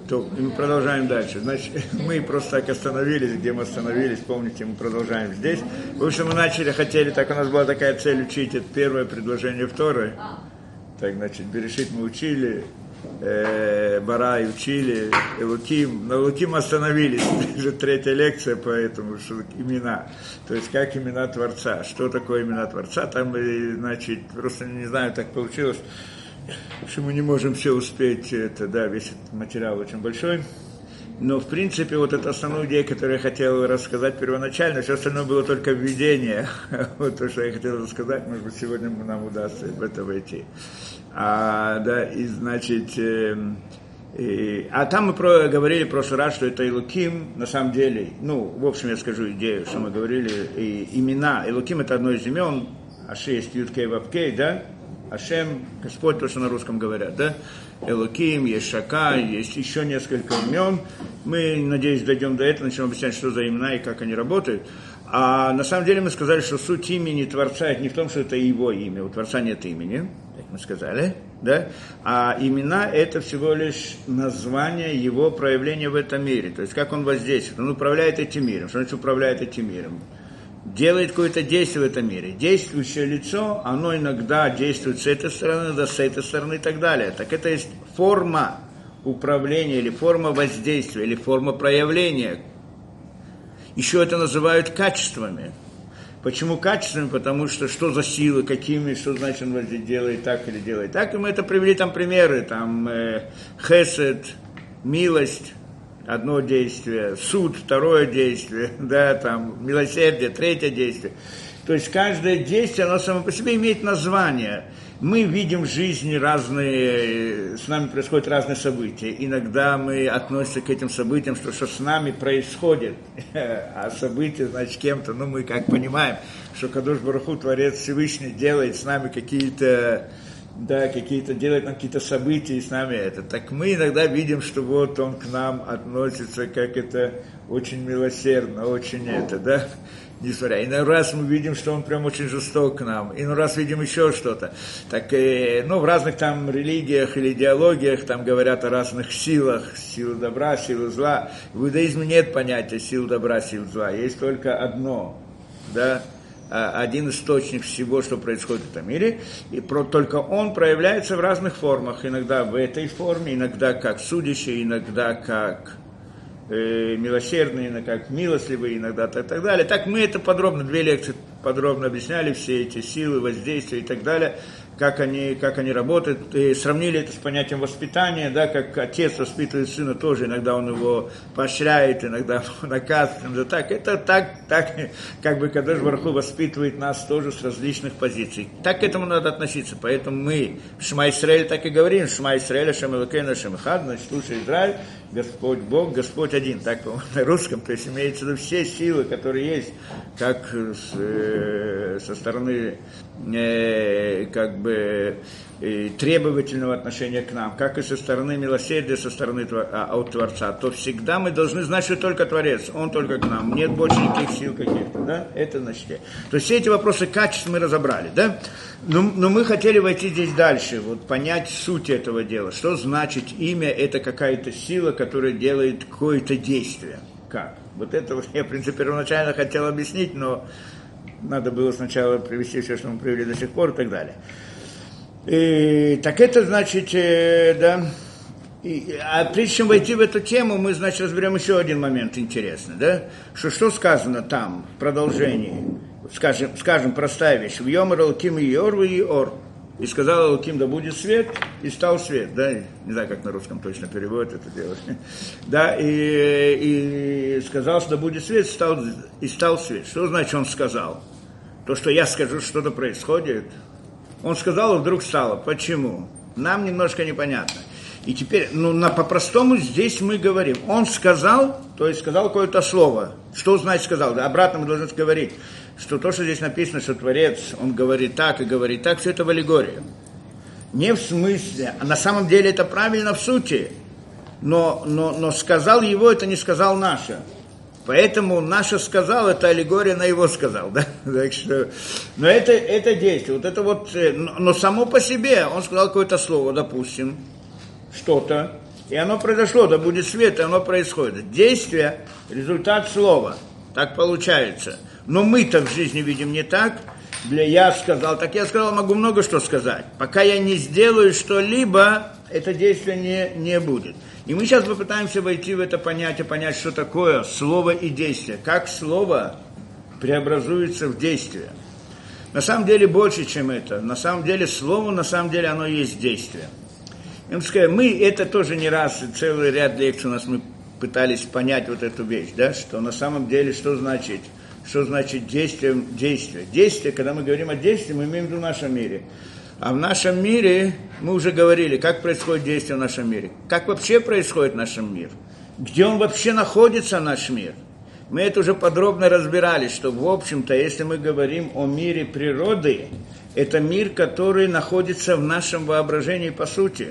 То, и мы продолжаем дальше. Значит, мы просто так остановились, где мы остановились, помните, мы продолжаем здесь. В общем, мы хотели, так у нас была такая цель учить это первое предложение второе. Так, значит, Берешит мы учили, Барай учили, Элоким. На Элоким остановились, уже третья лекция, поэтому что имена. То есть, как имена Творца, что такое имена Творца. Там, значит, просто не знаю, так получилось, что мы не можем все успеть, это, да, весь этот материал очень большой. Но, в принципе, вот это основная идея, которую я хотел рассказать первоначально, все остальное было только введение. Вот то, что я хотел рассказать, может быть, сегодня нам удастся в это войти. Да, и, значит, а там мы говорили в прошлый раз, что это Элоким, на самом деле, ну, в общем, я скажу идею, что мы говорили, имена, Элоким это одно из имен, Аши есть Юткей Вавкей, да, Ашем, Господь, то, что на русском говорят, да? Элоким, есть Шака, есть еще несколько имен. Мы, надеюсь, дойдем до этого, начнем объяснять, что за имена и как они работают. А на самом деле мы сказали, что суть имени Творца это не в том, что это его имя. У Творца нет имени, как мы сказали, да? А имена это всего лишь название его проявления в этом мире. То есть как он воздействует. Он управляет этим миром. Что значит управляет этим миром? Делает какое-то действие в этом мире. Действующее лицо, оно иногда действует с этой стороны, да с этой стороны и так далее. Так это есть форма управления, или форма воздействия, или форма проявления. Еще это называют качествами. Почему качествами? Потому что за силы, какими, что значит он делает так или делает так. И мы это привели там примеры, там хесед, милость. Одно действие, суд, второе действие, да, там, милосердие, третье действие. То есть каждое действие, оно само по себе имеет название. Мы видим в жизни разные, с нами происходят разные события. Иногда мы относимся к этим событиям, что с нами происходит, а события, значит, кем-то, мы как понимаем, что Кадош Барух Ху, Творец Всевышний, делает с нами какие-то делает нам какие-то события и с нами это. Так мы иногда видим, что вот он к нам относится, как это очень милосердно, очень это, да, несмотря. Иной раз мы видим, что он прям очень жесток к нам, иной раз видим еще что-то. Так, в разных там религиях или идеологиях там говорят о разных силах, силы добра, силы зла. В иудаизме нет понятия сил добра, сил зла, есть только одно, да, один источник всего, что происходит в этом мире, и только он проявляется в разных формах, иногда в этой форме, иногда как судящий, иногда как милосердный, иногда как милостливый, иногда так далее. Так мы это подробно, 2 лекции подробно объясняли, все эти силы, воздействия и так далее, как они работают, и сравнили это с понятием воспитания, да, как отец воспитывает сына тоже, иногда он его поощряет, иногда наказывает, да, так, как бы Кадош Барух Ху воспитывает нас тоже с различных позиций. Так к этому надо относиться, поэтому мы в Шма Исраэль так и говорим, Шма Исраэль, Ашем Элокейну, Ашем Эхад, значит, слушай, Израиль, Господь Бог, Господь один, так на русском, то есть имеется в виду все силы, которые есть, как со стороны как бы требовательного отношения к нам, как и со стороны милосердия, со стороны от Творца, то всегда мы должны знать, что только Творец, Он только к нам, нет больше никаких сил каких-то, да, это значит. То есть все эти вопросы качеств мы разобрали, да, но мы хотели войти здесь дальше, вот понять суть этого дела, что значит имя, это какая-то сила, которая делает какое-то действие, как? Вот это вот я, в принципе, первоначально хотел объяснить, но надо было сначала привести все, что мы привели до сих пор и так далее. Так это значит, да, а прежде чем войти в эту тему, мы, значит, разберем еще один момент интересный, да, что сказано там в продолжении, скажем, простая вещь, «Вьомер Элоким и Ор, и Ор». И сказал Элоким, да будет свет, и стал свет, да, не знаю, как на русском точно переводят это дело, да, и сказал, что да будет свет, и стал свет. Что значит он сказал? То, что я скажу, что-то происходит. Он сказал, и вдруг стало. Почему? Нам немножко непонятно. И теперь, по-простому здесь мы говорим. Он сказал, то есть сказал какое-то слово. Что значит сказал? Да, обратно мы должны говорить, что то, что здесь написано, что Творец, он говорит так и говорит так, все это в аллегории. Не в смысле, а на самом деле это правильно в сути. Но сказал его, это не сказал наше. Поэтому наше сказал, это аллегория на его сказал, да? Так что, но это действие, вот это вот, но само по себе, он сказал какое-то слово, допустим, что-то, И оно произошло, да будет свет, и оно происходит. Действие – результат слова. Так получается. Но мы-то в жизни видим не так. Я сказал, могу много что сказать. Пока я не сделаю что-либо, это действие не будет. И мы сейчас попытаемся войти в это понятие, понять, что такое слово и действие. Как слово преобразуется в действие. На самом деле больше, чем это. На самом деле слово, оно и есть действие. Мы это тоже не раз, целый ряд лекций у нас мы пытались понять вот эту вещь, да, что на самом деле что значит действие. Действие, когда мы говорим о действии, мы имеем в виду в нашем мире. А в нашем мире, мы уже говорили, как происходит действие в нашем мире. Как вообще происходит наш мир. Где он вообще находится, наш мир. Мы это уже подробно разбирали, что, в общем-то, если мы говорим о мире природы, это мир, который находится в нашем воображении по сути.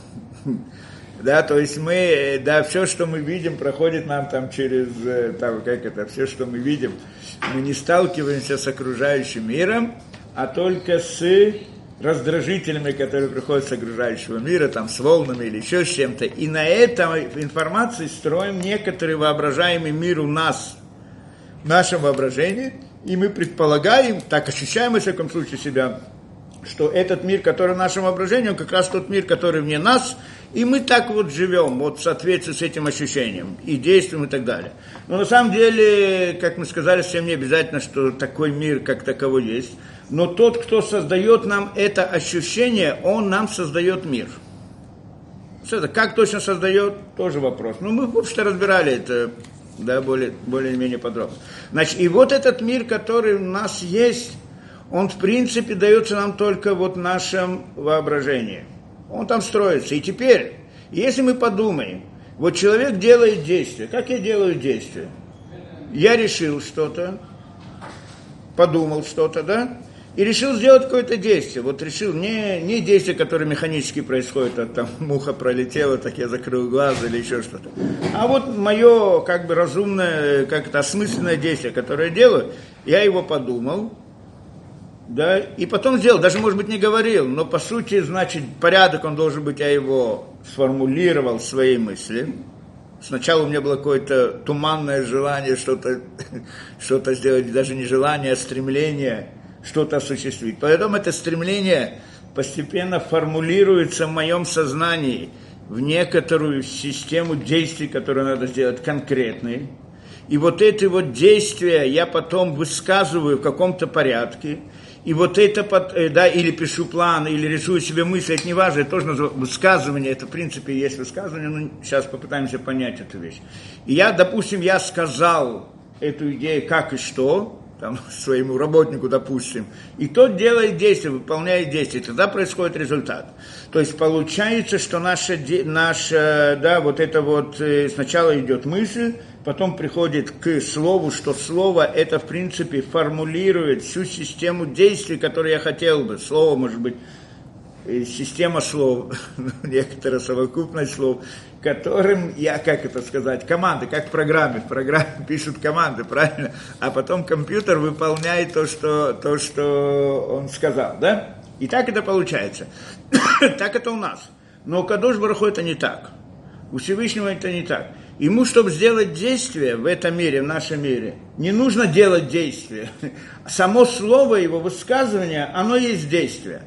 Да, то есть все, что мы видим, проходит нам там через, все, что мы видим, мы не сталкиваемся с окружающим миром, а только с раздражителями, которые приходят с окружающего мира, там, с волнами или еще с чем-то. И на этой информации строим некоторый воображаемый мир у нас, в нашем воображении, и мы предполагаем, так ощущаем, во всяком случае, себя, что этот мир, который в нашем воображении, он как раз тот мир, который вне нас, и мы так вот живем, вот в соответствии с этим ощущением, и действуем, и так далее. Но на самом деле, как мы сказали, совсем не обязательно, что такой мир как таковой есть, но тот, кто создает нам это ощущение, он нам создает мир. Как точно создает, тоже вопрос. Мы, в общем-то, разбирали это, да, более-менее подробно. Значит, и вот этот мир, который у нас есть, он, в принципе, дается нам только вот в нашем воображении. Он там строится. И теперь, если мы подумаем, вот человек делает действие. Как я делаю действие? Я решил что-то, подумал что-то, да? И решил сделать какое-то действие. Вот решил не действие, которое механически происходит, там муха пролетела, так я закрыл глаз или еще что-то. А вот мое, разумное, осмысленное действие, которое я делаю, я его подумал, да, и потом сделал, даже, может быть, не говорил, но, по сути, значит, порядок, он должен быть, я его сформулировал в своей мысли. Сначала у меня было какое-то туманное желание что-то сделать, даже не желание, а стремление что-то осуществить. Поэтому это стремление постепенно формулируется в моем сознании в некоторую систему действий, которые надо сделать конкретные. И вот эти вот действия я потом высказываю в каком-то порядке. И вот это, да, или пишу план, или рисую себе мысли, это не важно, это тоже называется высказывание, это в принципе есть высказывание, но сейчас попытаемся понять эту вещь. И допустим, я сказал эту идею как и что, там, своему работнику, допустим, и тот делает действие, выполняет действие, тогда происходит результат. То есть получается, что сначала идет мысль, потом приходит к слову, что слово это в принципе формулирует всю систему действий, которые я хотел бы. Слово может быть система слов, некоторая совокупность слов, которым команды, как в программе пишут команды, правильно? А потом компьютер выполняет то, что он сказал, да? И так это получается. Так это у нас. Но у Кадош Барух Ху это не так. У Всевышнего это не так. Ему, чтобы сделать действие в этом мире, в нашем мире, не нужно делать действие. Само слово, его высказывание, оно есть действие.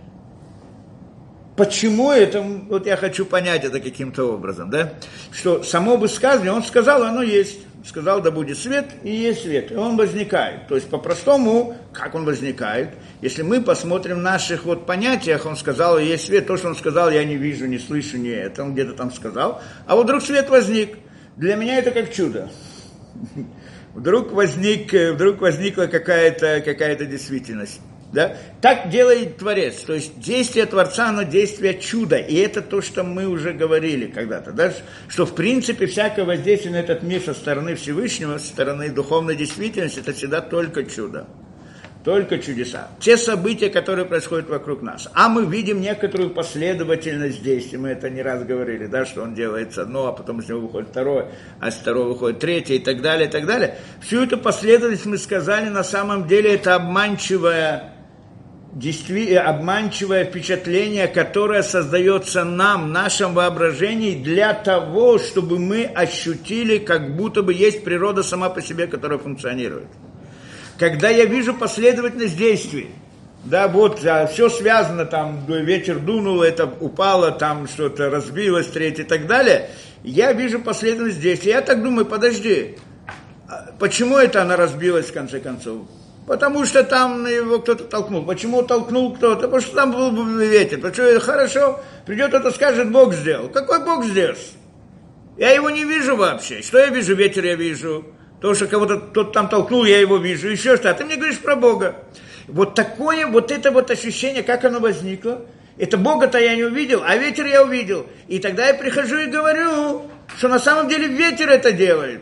Почему это? Вот я хочу понять это каким-то образом, да? Что само высказывание, он сказал, оно есть. Сказал, да будет свет, и есть свет. И он возникает. То есть, по-простому, как он возникает? Если мы посмотрим в наших понятиях, он сказал, и есть свет. То, что он сказал, я не вижу, не слышу, не это. Он где-то там сказал. А вот вдруг свет возник. Для меня это как чудо. Вдруг возникла какая-то действительность. Да? Так делает Творец. То есть действие Творца, оно действие чуда. И это то, что мы уже говорили когда-то. Да? Что в принципе всякое воздействие на этот мир со стороны Всевышнего, со стороны духовной действительности, это всегда только чудо. Только чудеса. Те события, которые происходят вокруг нас. А мы видим некоторую последовательность действий. Мы это не раз говорили, да, что он делает одно, а потом из него выходит второе, а из второго выходит третье и так далее, и так далее. Всю эту последовательность мы сказали, на самом деле это обманчивая обманчивое впечатление, которое создается нам, в нашем воображении, для того, чтобы мы ощутили, как будто бы есть природа сама по себе, которая функционирует. Когда я вижу последовательность действий, да, вот все связано, там ветер дунул, это упало, там что-то разбилось, третье и так далее, я вижу последовательность действий. Я так думаю, подожди, почему это она разбилась в конце концов? Потому что там его кто-то толкнул. Почему толкнул кто-то? Потому что там был ветер. Потому что хорошо, придет кто-то скажет, Бог сделал. Какой Бог здесь? Я его не вижу вообще. Что я вижу? Ветер я вижу. То, что кого-то кто-то там толкнул, я его вижу. Еще что? А ты мне говоришь про Бога. Вот такое, вот это вот ощущение, как оно возникло. Это Бога-то я не увидел, а ветер я увидел. И тогда я прихожу и говорю, что на самом деле ветер это делает,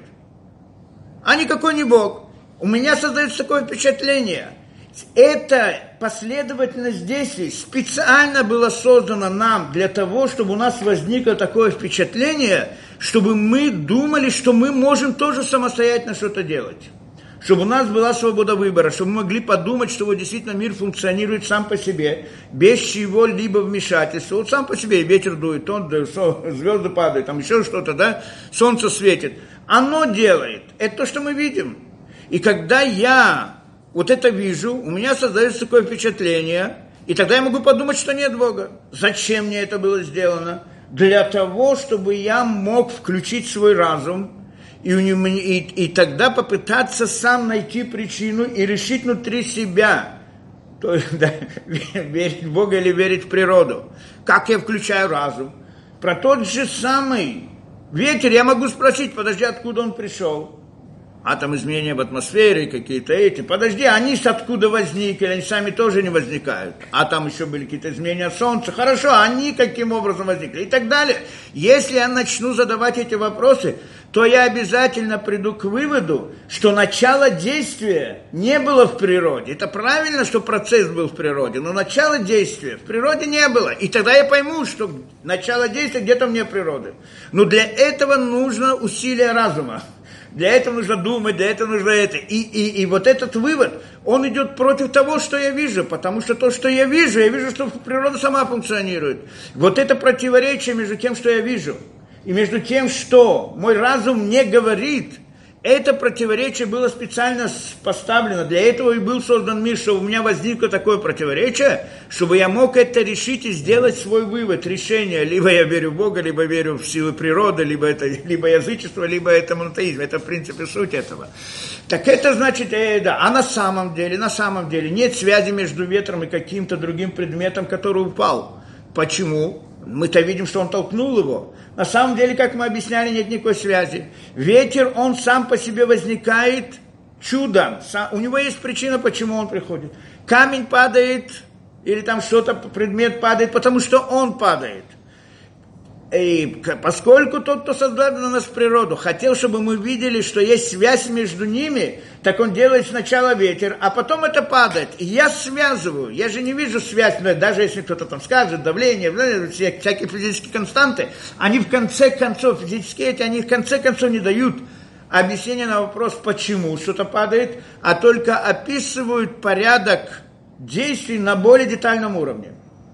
а никакой не Бог. У меня создается такое впечатление. Эта последовательность действий специально была создана нам для того, чтобы у нас возникло такое впечатление, чтобы мы думали, что мы можем тоже самостоятельно что-то делать. Чтобы у нас была свобода выбора, чтобы мы могли подумать, что вот действительно мир функционирует сам по себе, без чего-либо вмешательства. Вот сам по себе ветер дует, звезды падают, там еще что-то, да, солнце светит. Оно делает. Это то, что мы видим. И когда я вот это вижу, у меня создается такое впечатление, и тогда я могу подумать, что нет Бога. Зачем мне это было сделано? Для того, чтобы я мог включить свой разум, и тогда попытаться сам найти причину и решить внутри себя, то есть, да, верить в Бога или верить в природу. Как я включаю разум? Про тот же самый ветер я могу спросить, подожди, откуда он пришел? Атом изменения в атмосфере, какие-то эти. Подожди, они откуда возникли? Они сами тоже не возникают. А там еще были какие-то изменения Солнца. Хорошо, они каким образом возникли? И так далее. Если я начну задавать эти вопросы, то я обязательно приду к выводу, что начало действия не было в природе. Это правильно, что процесс был в природе, но начало действия в природе не было. И тогда я пойму, что начало действия где-то вне природы. Но для этого нужно усилие разума. Для этого нужно думать, для этого нужно это. И вот этот вывод, он идет против того, что я вижу. Потому что то, что я вижу, что природа сама функционирует. Вот это противоречие между тем, что я вижу, и между тем, что мой разум не говорит, это противоречие было специально поставлено. Для этого и был создан мир, чтобы у меня возникло такое противоречие, чтобы я мог это решить и сделать свой вывод, решение. Либо я верю в Бога, либо верю в силы природы, либо язычество, либо это монотеизм. Это, в принципе, суть этого. Так это значит, да. А на самом деле нет связи между ветром и каким-то другим предметом, который упал. Почему? Мы-то видим, что он толкнул его. На самом деле, как мы объясняли, нет никакой связи. Ветер, он сам по себе возникает чудом. У него есть причина, почему он приходит. Камень падает, или там что-то, предмет падает, потому что он падает. И поскольку тот, кто создал на нас природу, хотел, чтобы мы видели, что есть связь между ними, так он делает сначала ветер, а потом это падает. И я связываю, я же не вижу связь, даже если кто-то там скажет, давление, всякие физические константы, они в конце концов, физические эти, они в конце концов не дают объяснения на вопрос, почему что-то падает, а только описывают порядок действий на более детальном уровне.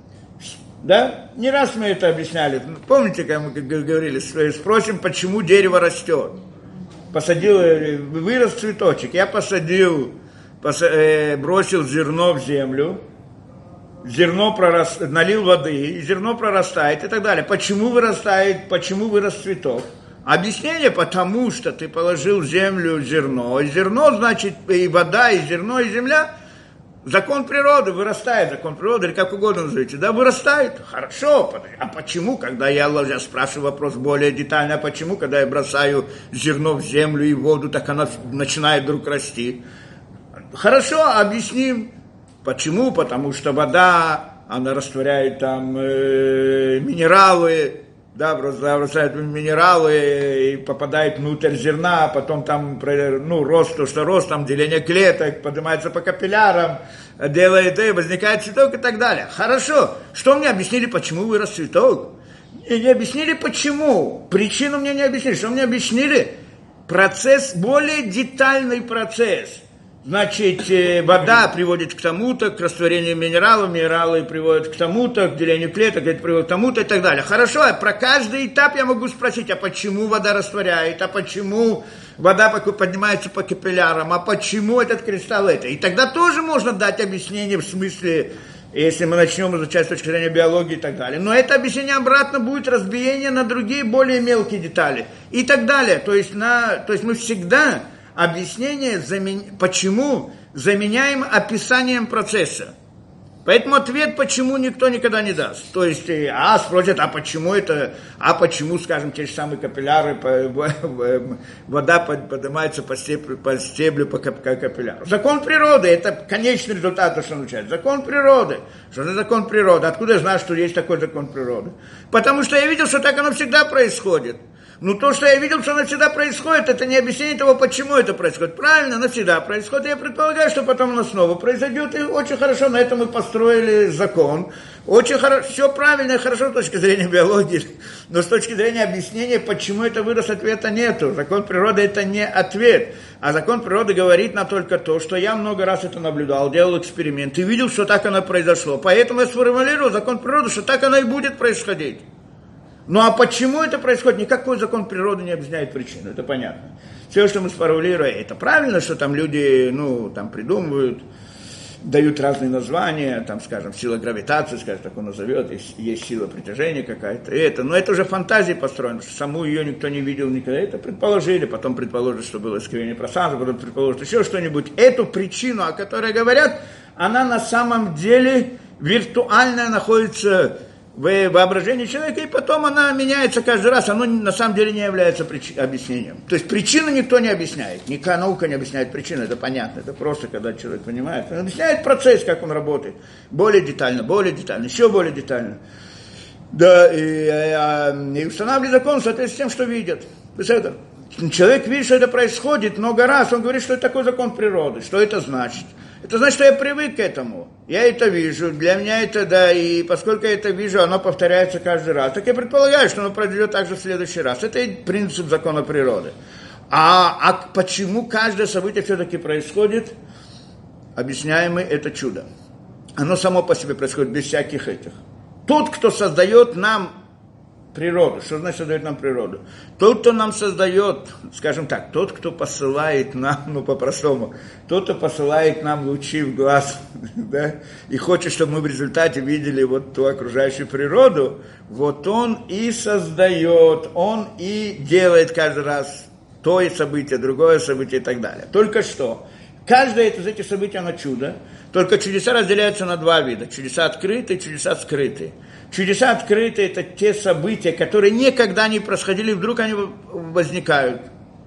Да? Не раз мы это объясняли. Помните, как мы говорили, спросим, почему дерево растет. Вырос цветочек. Я бросил зерно в землю, налил воды, зерно прорастает и так далее. Почему вырос цветок? Объяснение, потому что ты положил в землю зерно, и зерно, значит, и вода, и зерно, и земля. Закон природы вырастает, закон природы, или как угодно назовите, да, вырастает. Хорошо, а почему, когда я спрашиваю вопрос более детально, а почему, когда я бросаю зерно в землю и воду, так она начинает вдруг расти? Хорошо, объясним. Почему? Потому что вода, она растворяет там минералы, да, бросает минералы и попадает внутрь зерна, потом там, рост, то, что рост, там деление клеток, поднимается по капиллярам, делает, возникает цветок и так далее. Хорошо, что мне объяснили, почему вырос цветок? Не объяснили, почему. Причину мне не объяснили. Что мне объяснили? Процесс, более детальный процесс. Значит, вода приводит к тому-то, к растворению минералов, минералы приводят к тому-то, к делению клеток, это приводит к тому-то и так далее. Хорошо, про каждый этап я могу спросить, а почему вода растворяет, а почему вода поднимается по капиллярам, а почему этот кристалл это. И тогда тоже можно дать объяснение в смысле, если мы начнем изучать с точки зрения биологии и так далее. Но это объяснение обратно будет разбиение на другие более мелкие детали и так далее. То есть мы всегда объяснение, почему, заменяем описанием процесса. Поэтому ответ, почему, никто никогда не даст. То есть, спросят, почему, скажем, те же самые капилляры, вода поднимается по стеблю, по капилляру. Закон природы, это конечный результат, то, что означает. Закон природы. Что это закон природы? Откуда я знаю, что есть такой закон природы? Потому что я видел, что так оно всегда происходит. Ну, то, что я видел, что оно всегда происходит, это не объяснение того, почему это происходит. Правильно, оно всегда происходит. Я предполагаю, что потом оно снова произойдет. И очень хорошо, на этом мы построили закон. Очень хорошо, все правильно и хорошо с точки зрения биологии. Но с точки зрения объяснения, почему это вырос, ответа нету. Закон природы – это не ответ. А закон природы говорит нам только то, что я много раз это наблюдал, делал эксперименты, видел, что так оно произошло. Поэтому я сформулировал закон природы, что так оно и будет происходить. Ну а почему это происходит? Никакой закон природы не объясняет причину, это понятно. Все, что мы сформулируем, это правильно, что там люди, придумывают, дают разные названия, там, скажем, сила гравитации, скажем, так он назовет, есть сила притяжения какая-то, но это уже фантазии построено, что саму ее никто не видел никогда, это предположили, потом предположили, что было искривление пространства, потом предположили еще что-нибудь. Эту причину, о которой говорят, она на самом деле виртуально находится в воображении человека, и потом она меняется каждый раз, оно на самом деле не является объяснением. То есть причину никто не объясняет, никакая наука не объясняет причину, это понятно, это просто, когда человек понимает. Он объясняет процесс, как он работает, более детально, еще более детально. Да, и устанавливает закон в соответствии с тем, что видят. Человек видит, что это происходит много раз, он говорит, что это такой закон природы, что это значит? Это значит, что я привык к этому. Я это вижу, для меня это, да, и поскольку я это вижу, оно повторяется каждый раз. Так я предполагаю, что оно произойдет также в следующий раз. Это и принцип закона природы. А почему каждое событие все-таки происходит? Объясняем мы, это чудо. Оно само по себе происходит без всяких этих. Тот, кто создает нам природу. Что значит создает нам природу? Тот, кто нам создает, скажем так, тот, кто посылает нам, по-простому, тот, кто посылает нам лучи в глаз, да, и хочет, чтобы мы в результате видели вот ту окружающую природу, вот он и создает, он и делает каждый раз то событие, другое событие и так далее. Только что, каждое из этих событий, оно чудо, только чудеса разделяются на два вида. Чудеса открытые, чудеса скрытые. Чудеса открытые – это те события, которые никогда не происходили, вдруг они возникают.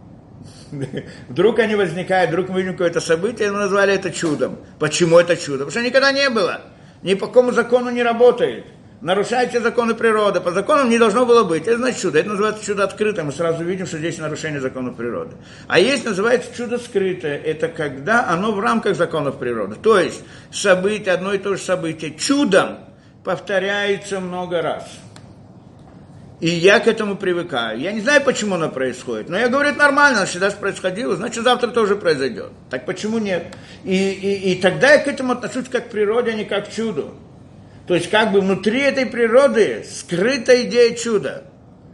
Вдруг они возникают, вдруг мы видим какое-то событие, и мы назвали это чудом. Почему это чудо? Потому что никогда не было. Ни по какому закону не работает. Нарушаете законы природы. По законам не должно было быть. Это значит чудо. Это называется чудо открытое. Мы сразу видим, что здесь нарушение законов природы. А есть, называется чудо скрытое. Это когда оно в рамках законов природы. То есть событие, одно и то же событие чудом повторяется много раз. И я к этому привыкаю. Я не знаю, почему оно происходит, но я говорю, это нормально, оно всегда же происходило, значит, завтра тоже произойдет. Так почему нет? И тогда я к этому отношусь как к природе, а не как к чуду. То есть, как бы внутри этой природы скрыта идея чуда.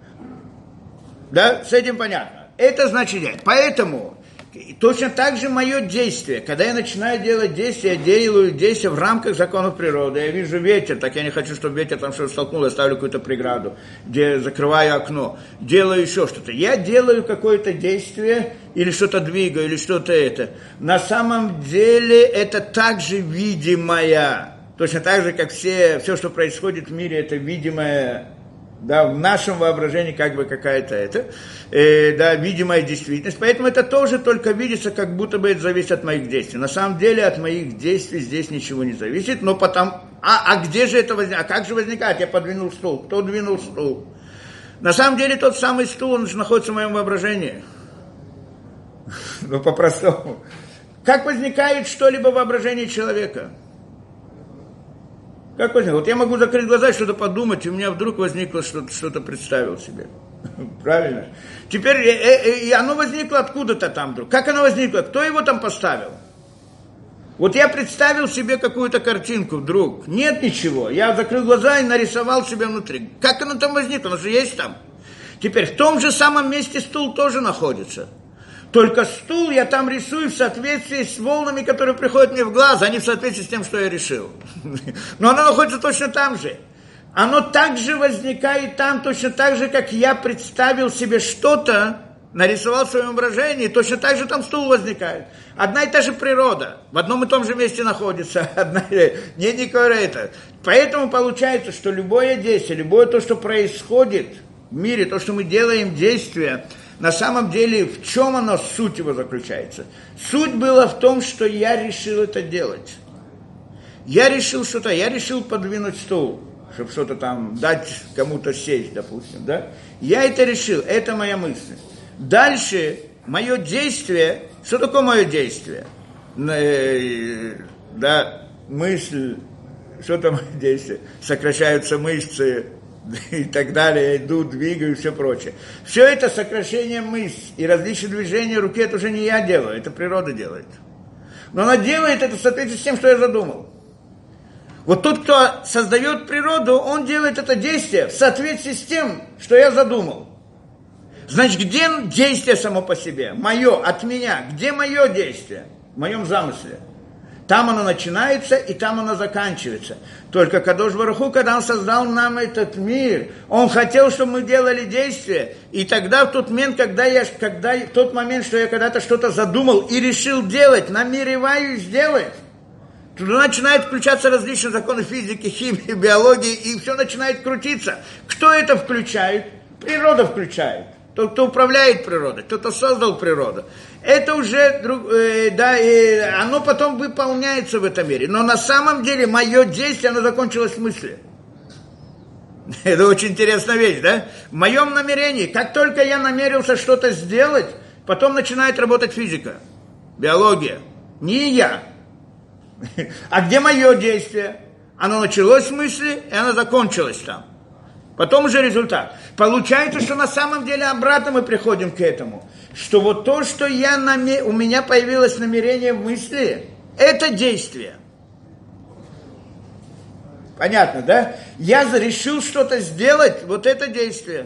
Да? С этим понятно. Это значит нет. Поэтому точно так же мое действие. Когда я начинаю делать действия, я делаю действия в рамках законов природы. Я вижу ветер, так я не хочу, чтобы ветер там что-то столкнул, я ставлю какую-то преграду, где закрываю окно, делаю еще что-то. Я делаю какое-то действие, или что-то двигаю, или что-то это. На самом деле это также видимое. Точно так же, как все, что происходит в мире, это видимое. Да, в нашем воображении как бы какая-то видимая действительность. Поэтому это тоже только видится, как будто бы это зависит от моих действий. На самом деле от моих действий здесь ничего не зависит, но потом... где же это возникает? А как же возникает? Я подвинул стул. Кто двинул стул? На самом деле тот самый стул, он же находится в моем воображении. Ну, по-простому. Как возникает что-либо в воображении человека? Как возникло? Вот я могу закрыть глаза и что-то подумать, и у меня вдруг возникло что-то представил себе. Правильно? Теперь и оно возникло откуда-то там вдруг. Как оно возникло? Кто его там поставил? Вот я представил себе какую-то картинку вдруг. Нет ничего. Я закрыл глаза и нарисовал себе внутри. Как оно там возникло? Оно же есть там. Теперь в том же самом месте стул тоже находится. Только стул я там рисую в соответствии с волнами, которые приходят мне в глаз, а не в соответствии с тем, что я решил. Но оно находится точно там же. Оно также возникает там, точно так же, как я представил себе что-то, нарисовал в своем воображении, точно так же там стул возникает. Одна и та же природа, в одном и том же месте находится, не это. Поэтому получается, что любое действие, любое то, что происходит в мире, то, что мы делаем действия, на самом деле, в чем оно, суть его заключается? Суть была в том, что я решил это делать. Я решил подвинуть стул, чтобы что-то там дать кому-то сесть, допустим, да? Я это решил, это моя мысль. Дальше, мое действие, что такое мое действие? Да, мысль, что там мое действие? Сокращаются мышцы и так далее, иду, двигаю и все прочее. Все это сокращение мышц и различные движения руки, это уже не я делаю, это природа делает. Но она делает это в соответствии с тем, что я задумал. Вот тот, кто создает природу, он делает это действие в соответствии с тем, что я задумал. Значит, где действие само по себе? Мое, от меня. Где мое действие? В моем замысле. Там оно начинается, и там оно заканчивается. Только Кадош Барух Ху, когда он создал нам этот мир, он хотел, чтобы мы делали действия. И тогда, в тот момент, что я когда-то что-то задумал и решил делать, намереваюсь сделать, туда начинают включаться различные законы физики, химии, биологии, и все начинает крутиться. Кто это включает? Природа включает. Тот, кто управляет природой, кто создал природу. Это уже, оно потом выполняется в этом мире. Но на самом деле мое действие, оно закончилось в мысли. Это очень интересная вещь, да? В моем намерении, как только я намерился что-то сделать, потом начинает работать физика, биология. Не я. А где мое действие? Оно началось в мысли, и оно закончилось там. Потом уже результат. Получается, что на самом деле обратно мы приходим к этому. Что вот то, что у меня появилось намерение в мысли, это действие. Понятно, да? Я решил что-то сделать, вот это действие.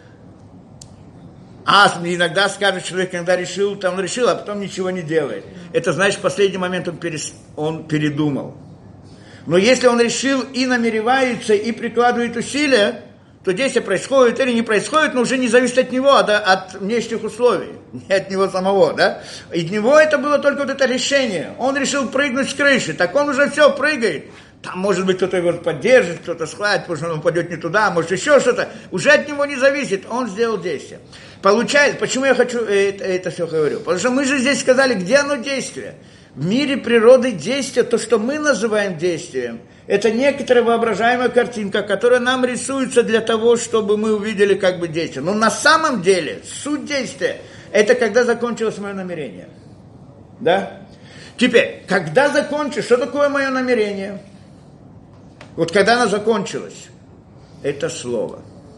А иногда скажет человек, когда решил, а потом ничего не делает. Это значит, в последний момент он передумал. Но если он решил и намеревается, и прикладывает усилия, то действие происходит или не происходит, но уже не зависит от него, от внешних условий, не от него самого, да? И для него это было только вот это решение. Он решил прыгнуть с крыши, так он уже все прыгает. Там, может быть, кто-то его поддержит, кто-то схватит, потому что он упадет не туда, может, еще что-то. Уже от него не зависит, он сделал действие. Получается, почему я хочу это все говорю? Потому что мы же здесь сказали, где оно действие. В мире природы действие, то, что мы называем действием, это некоторая воображаемая картинка, которая нам рисуется для того, чтобы мы увидели как бы действие. Но на самом деле суть действия – это когда закончилось мое намерение. Да? Теперь, когда закончилось, что такое мое намерение? Вот когда оно закончилось, это слово.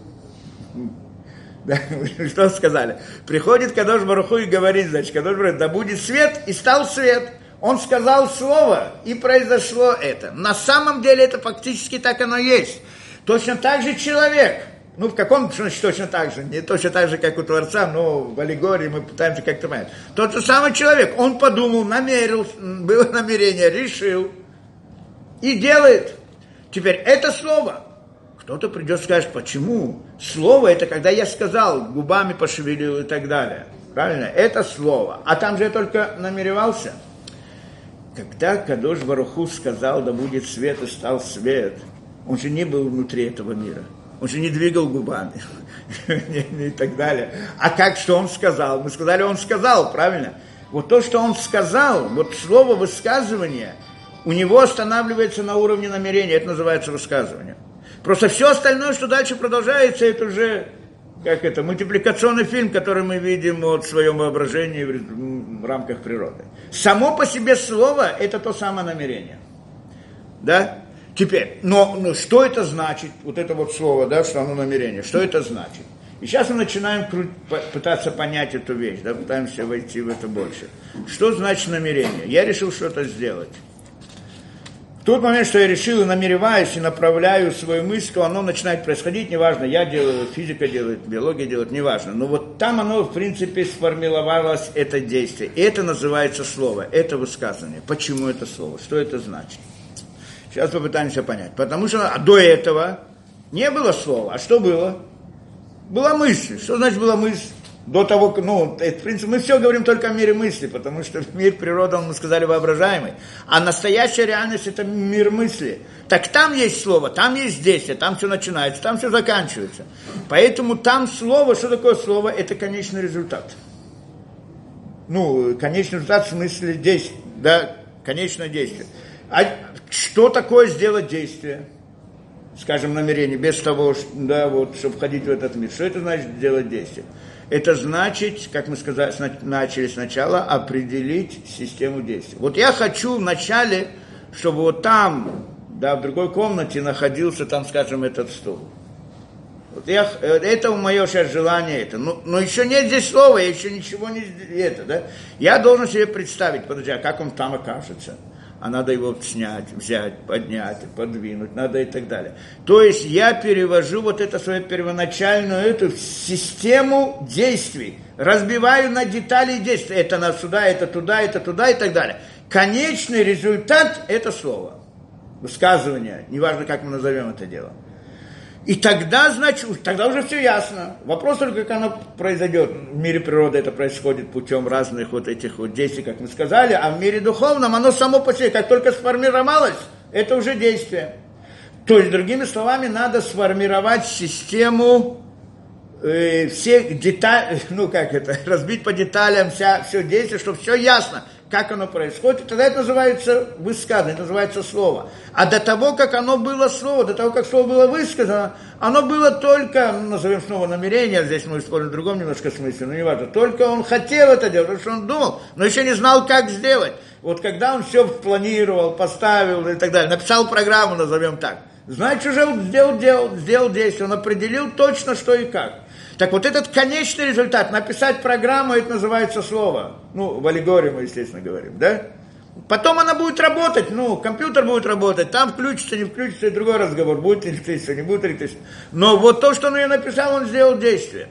Да, что сказали? Приходит Кадош Барух Ху и говорит, значит, Кадош Барух Ху, да будет свет, и стал свет. Он сказал слово, и произошло это. На самом деле это фактически так оно есть. Точно так же человек, в каком смысле точно так же, не точно так же, как у Творца, но в аллегории мы пытаемся как-то понять. Тот же самый человек, он подумал, было намерение, решил и делает. Теперь это слово. Кто-то придет и скажет, почему? Слово это когда я сказал, губами пошевелил и так далее. Правильно? Это слово. А там же я только намеревался. Когда Кадош Барух Ху сказал, да будет свет, и стал свет, он же не был внутри этого мира. Он же не двигал губами и так далее. А как, что он сказал? Мы сказали, он сказал, правильно? Вот то, что он сказал, вот слово высказывание, у него останавливается на уровне намерения. Это называется высказывание. Просто все остальное, что дальше продолжается, это уже, мультипликационный фильм, который мы видим в своем воображении в рамках природы. Само по себе слово – это то самое намерение. Да? Теперь, но что это значит, вот это вот слово, да, что оно намерение, что это значит? И сейчас мы начинаем пытаться понять эту вещь, да, пытаемся войти в это больше. Что значит намерение? Я решил что-то сделать. тот момент, что я решил и намереваюсь, и направляю свою мысль, то оно начинает происходить, неважно, я делаю, физика делает, биология делает, неважно. Но вот там оно, в принципе, сформировалось, это действие. И это называется слово, это высказывание. Почему это слово? Что это значит? Сейчас попытаемся понять. Потому что до этого не было слова. А что было? Была мысль. Что значит была мысль? До того, в принципе, мы все говорим только о мире мысли, потому что мир природы, мы сказали, воображаемый. А настоящая реальность – это мир мысли. Так там есть слово, там есть действие, там все начинается, там все заканчивается. Поэтому там слово, что такое слово? Это конечный результат. Конечный результат в смысле действия, да, конечное действие. А что такое сделать действие? Скажем, намерение, без того, чтобы входить в этот мир. Что это значит сделать действие? Это значит, как мы сказали, начали сначала, определить систему действий. Вот я хочу вначале, чтобы вот там, в другой комнате находился там, скажем, этот стол. Вот это мое сейчас желание. Но еще нет здесь слова, я еще ничего не... Я должен себе представить, подожди, а как он там окажется? А надо его снять, взять, поднять, подвинуть, надо и так далее. То есть я перевожу вот это свою первоначальную эту систему действий, разбиваю на детали действий. Это на сюда, это туда и так далее. Конечный результат – это слово, высказывание, неважно, как мы назовем это дело. И тогда, тогда уже все ясно. Вопрос только, как оно произойдет. В мире природы это происходит путем разных вот этих вот действий, как мы сказали, а в мире духовном оно само по себе, как только сформировалось, это уже действие. То есть, другими словами, надо сформировать систему всех деталей, разбить по деталям все действие, чтобы все ясно, как оно происходит, и тогда это называется высказывание, это называется слово. А до того, как оно было слово, до того, как слово было высказано, оно было только, назовем снова намерение, здесь мы используем в другом немножко смысле, но не важно, только он хотел это делать, потому что он думал, но еще не знал, как сделать. Вот когда он все планировал, поставил и так далее, написал программу, назовем так, значит, уже сделал действие, он определил точно, что и как. Так вот этот конечный результат, написать программу, это называется слово. В аллегории мы, естественно, говорим, да? Потом она будет работать, компьютер будет работать, там включится, не включится, и другой разговор, будет электричество, не будет электричество. Но вот то, что он ее написал, он сделал действие.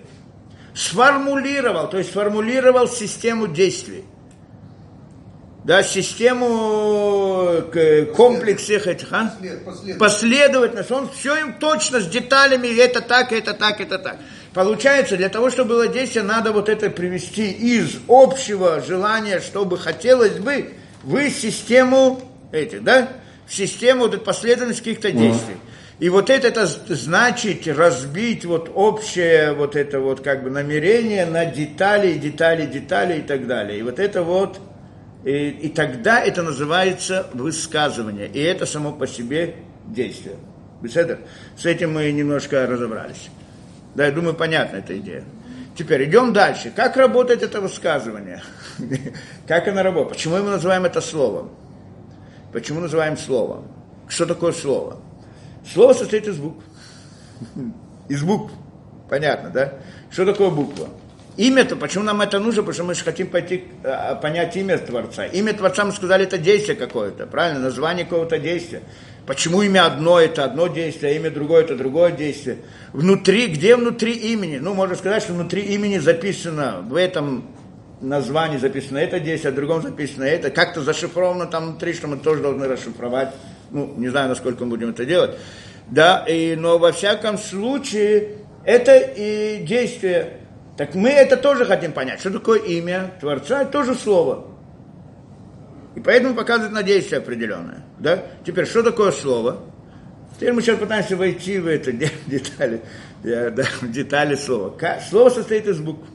Сформулировал систему действий. Да, систему, комплекс всех этих, последовательность. Он все им точно с деталями, это так, это так, это так. Получается, для того, чтобы было действие, надо вот это привести из общего желания, чтобы хотелось бы, в систему этих, в систему последовательности каких-то действий. И вот это значит разбить вот общее вот это вот намерение на детали и так далее. И вот это вот, и тогда это называется высказывание. И это само по себе действие. С этим мы немножко разобрались. Да, я думаю, понятна эта идея. Теперь идем дальше. Как работает это высказывание? Как оно работает? Почему мы называем это словом? Почему называем словом? Что такое слово? Слово состоит из букв. Из букв. Понятно, да? Что такое буква? Имя-то, почему нам это нужно? Потому что мы же хотим понять имя Творца. Имя Творца, мы сказали, это действие какое-то, правильно? Название какого-то действия. Почему имя одно – это одно действие, а имя другое – это другое действие? Где внутри имени? Можно сказать, что внутри имени записано, в этом названии записано это действие, а в другом записано это. Как-то зашифровано там внутри, что мы тоже должны расшифровать. Не знаю, насколько мы будем это делать. Да, но во всяком случае, это и действие. Так мы это тоже хотим понять. Что такое имя Творца? Это тоже слово. И поэтому показывает на действие определенное. Да? Теперь, что такое слово? Теперь мы сейчас пытаемся войти в это детали, в детали слова. Слово состоит из букв.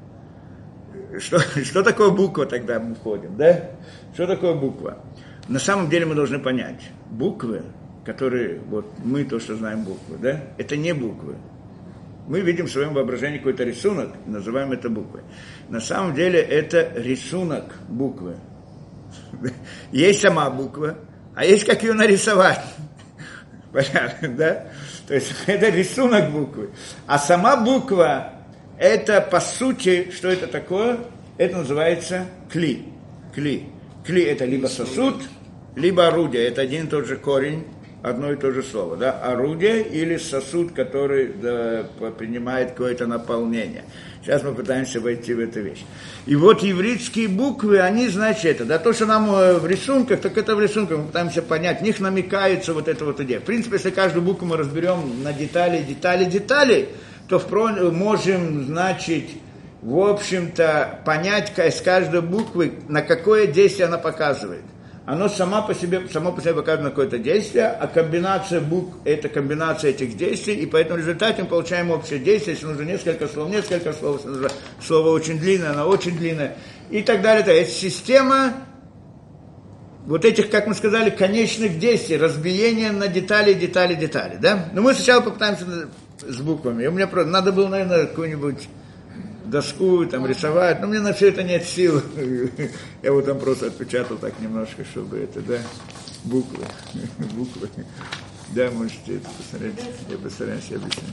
Что такое буква тогда мы входим? Да? Что такое буква? На самом деле мы должны понять. Буквы, которые, мы то, что знаем буквы, да? Это не буквы. Мы видим в своем воображении какой-то рисунок, и называем это буквой. На самом деле это рисунок буквы. Есть сама буква, а есть как ее нарисовать. Понятно, да? То есть это рисунок буквы. А сама буква, это по сути, что это такое? Это называется кли. Кли это либо сосуд, либо орудие, это один и тот же корень, одно и то же слово, да, орудие или сосуд, который принимает какое-то наполнение. Сейчас мы пытаемся войти в эту вещь. И вот еврейские буквы, они, значит, это, да, то, что нам в рисунках, так это в рисунках, мы пытаемся понять, в них намекается вот эта вот идея. В принципе, если каждую букву мы разберем на детали, то можем, значит, в общем-то, понять с каждой буквы, на какое действие она показывает. Оно само по себе показывает на какое-то действие, а комбинация букв – это комбинация этих действий, и поэтому в результате мы получаем общее действие, если нужно несколько слов, если нужно слово очень длинное, оно очень длинное, и так далее. Это система вот этих, как мы сказали, конечных действий, разбиения на детали, да? Но мы сначала попытаемся с буквами. И у меня просто надо было, наверное, какую-нибудь доску там рисовать, но мне на все это нет сил. Я вот там просто отпечатал так немножко, чтобы это, да, буквы. Да, можете это посмотреть, я постараюсь объяснить.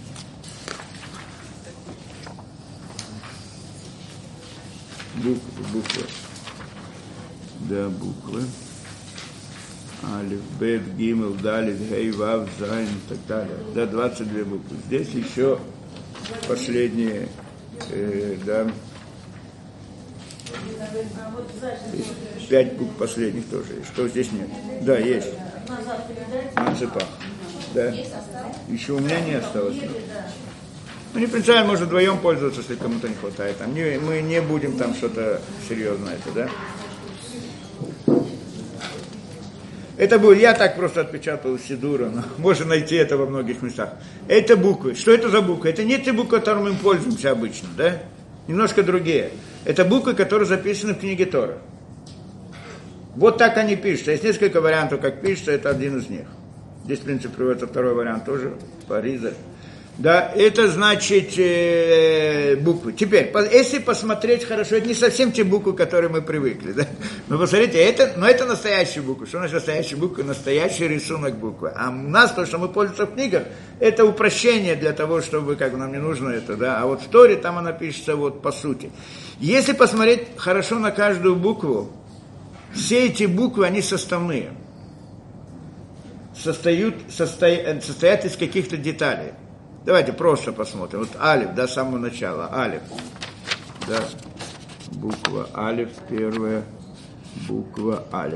Буквы. Да, буквы. Алиф, Бет, Гимел, Далит, Гей, Вав, Зайн и так далее. Да, 22 буквы. Здесь еще последние, да, 5 букв последних тоже есть. Что здесь нет? Да, есть. На цепах. Да. Еще у меня не осталось. Ну, не принципиально, можно вдвоем пользоваться, если кому-то не хватает. Мы не будем там что-то серьезное, это, да? Это будет, я так просто отпечатал Сидура, но можно найти это во многих местах. Это буквы. Что это за буквы? Это не те буквы, которыми мы пользуемся обычно, да? Немножко другие. Это буквы, которые записаны в книге Тора. Вот так они пишутся. Есть несколько вариантов, как пишется, это один из них. Здесь, в принципе, приводится второй вариант тоже, Париза. Да, это значит буквы. Теперь, если посмотреть хорошо, это не совсем те буквы, к которым мы привыкли. Да? Но посмотрите, это настоящие буквы. Что значит настоящие буквы? Настоящий рисунок буквы. А у нас то, что мы пользуемся в книгах, это упрощение для того, чтобы, как бы нам не нужно это, да. А вот в Торе там она пишется вот по сути. Если посмотреть хорошо на каждую букву, все эти буквы, они составные. Состоят из каких-то деталей. Давайте просто посмотрим. Вот алиф, да, с самого начала. Алиф. Да, буква алиф, первая буква алиф.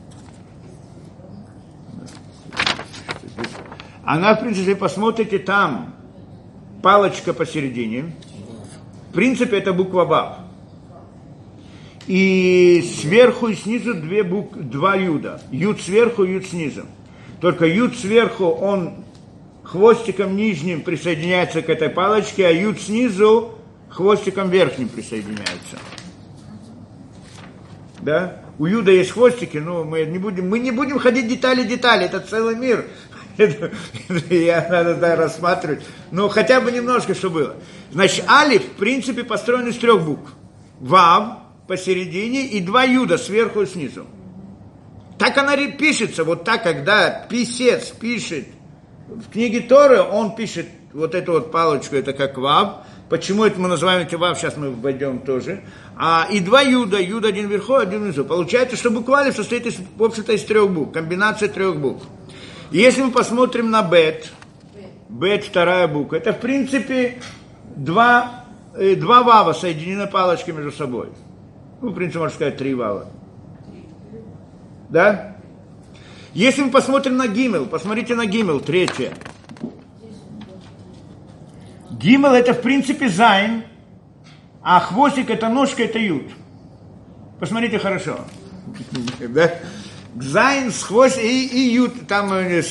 Она, в принципе, если посмотрите, там палочка посередине. В принципе, это буква Вав. И сверху и снизу два юда. Юд сверху, юд снизу. Только юд сверху, он хвостиком нижним присоединяется к этой палочке, а юд снизу хвостиком верхним присоединяется. Да? У юда есть хвостики, но мы не будем ходить детали, это целый мир. Я надо рассматривать. Но хотя бы немножко, что было. Значит, алиф, в принципе, построен из 3 букв. Вав посередине и 2 юда сверху и снизу. Так она пишется, вот так, когда писец пишет в книге Торы, он пишет вот эту вот палочку, это как Вав. Почему это мы называем эти Вав, сейчас мы войдем тоже. И 2 юда, юд один вверху, один внизу. Получается, что буква алиф состоит, в общем-то, из 3 букв, комбинация 3 букв. И если мы посмотрим на Бет, вторая буква, это, в принципе, 2 Вава соединены палочкой между собой. Ну, в принципе, можно сказать, 3 Вава. Да? Если мы посмотрим на Гимел, посмотрите на Гимел, 3. Гимел это в принципе Зайн, а хвостик это ножка, это Юд. Посмотрите хорошо. Да? Зайн с хвостиком и Юд, там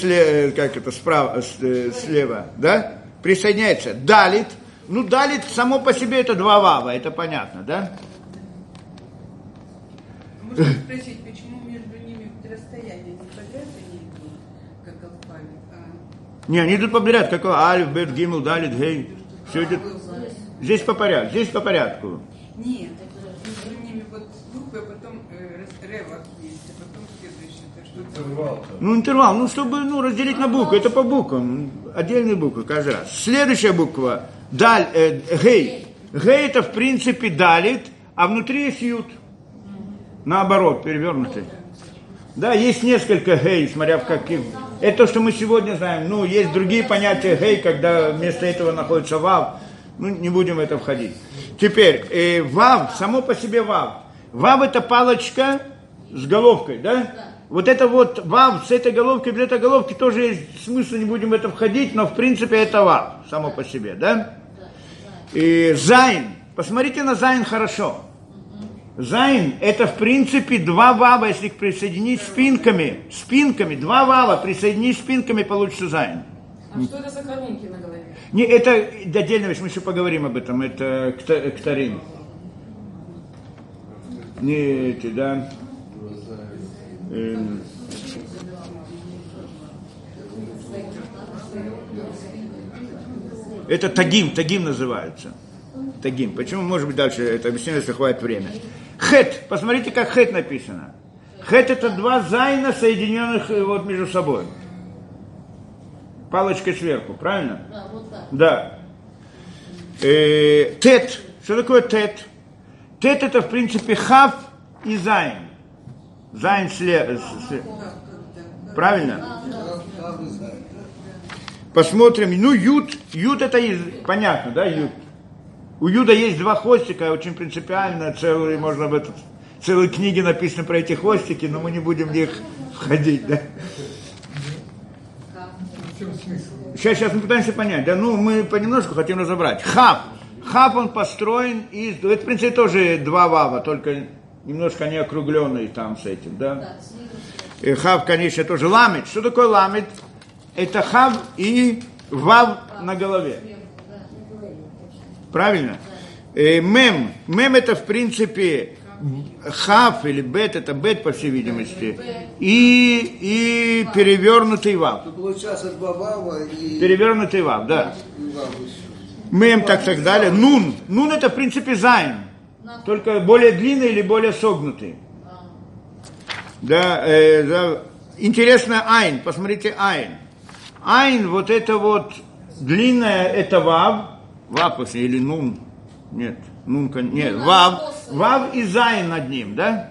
слева, да? Присоединяется. Далит. Ну, Далит само по себе это 2 Вава, это понятно, да? Можно спросить, почему между ними расстояние не подряд они идут, как алфавит? Не, они идут подряд, как алиф, бет, гимел, далит, гей. Все идет. Здесь по порядку. Нет, между ними вот буквы, а потом ревах есть, а потом следующее. Интервал. Ну, интервал, чтобы разделить на буквы, это по буквам, отдельные буквы каждый раз. Следующая буква, гей. Гей это в принципе далит, а внутри есть юд. Наоборот, перевернутый. Да, есть несколько гей, смотря в каких. Это то, что мы сегодня знаем. Ну, есть другие понятия гей, когда вместо этого находится вав. Ну, не будем в это входить. Теперь, вав, само по себе вав. Вав это палочка с головкой, да? Вот это вот вав с этой головкой, без этой головки тоже есть смысл, не будем в это входить, но в принципе это вав, само по себе, да? И зайн, посмотрите на зайн хорошо. Зайн это в принципе два вава, если их присоединить спинками, два вава, присоединить спинками, получится зайн. А что это за коронки на голове? Не, это отдельная вещь, мы еще поговорим об этом, это ктарин. Не эти, да. Это тагим называется. Тагим. Почему, может быть, дальше это объясню, если хватит времени. Хет. Посмотрите, как хет написано. Хет это два зайна, соединенных вот между собой. Палочкой сверху, правильно? Да, вот так. Да. Тет. Что такое тет? Тет это, в принципе, хав и зайн. Зайн правильно? Посмотрим. Ну, ют это понятно, да, ют. У юда есть два хвостика, очень принципиально, можно об этом, целые книги написаны про эти хвостики, но мы не будем в них входить, да. Сейчас мы пытаемся понять, да, ну, мы понемножку хотим разобрать. Хав он построен из, это, в принципе, тоже два вава, только немножко не округленный там с этим, да. И хав, конечно, тоже ламет. Что такое ламет? Это хав и вав на голове. Правильно? Мем это, в принципе, хав или бет, это бет, по всей видимости, и перевернутый вав. Получается два вава и... Перевернутый вав, да. Мем так далее. Нун это, в принципе, зайн. Только более длинный или более согнутый. Да, интересно айн, посмотрите айн. Айн, вот это вот длинное, это вав или нун, нет, вав и зайн над ним, да?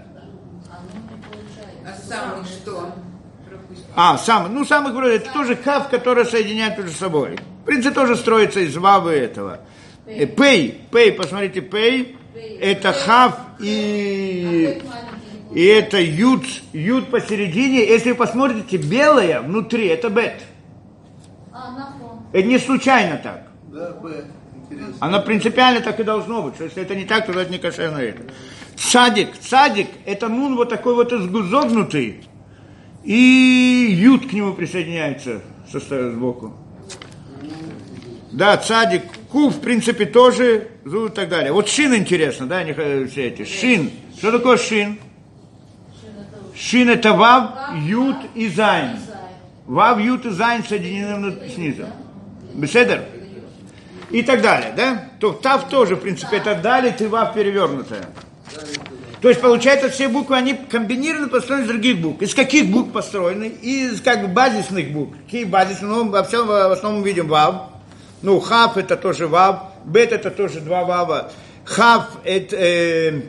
А самый что? Самый говорю, это тоже кав, который соединяет между собой. В принципе, тоже строится из вавы этого. Пей, посмотрите, пей, это хав и это ют посередине. Если вы посмотрите, белое внутри, это бет. Это не случайно так. Да, бет. Интересно. Оно принципиально так и должно быть. Что если это не так, то это не кошерно это. Цадик, это нун вот такой вот изогнутый. И ют к нему присоединяется сбоку. Да, цадик, ку, в принципе, тоже, и так далее. Вот шин интересно, да, все эти. Шин. Что такое шин? Шин это вав, ют и зайн. Вав, ют и зайн соединены снизу. Беседер? И так далее, да? То тав тоже, в принципе, это далит и вав перевернутая. То есть, получается, все буквы, они комбинированы, построены из других букв. Из каких букв построены? Из, как бы, базисных букв. Какие базисные? Ну, в основном мы видим вав. Ну, хав это тоже вав. Бет это тоже два вава. Хав это,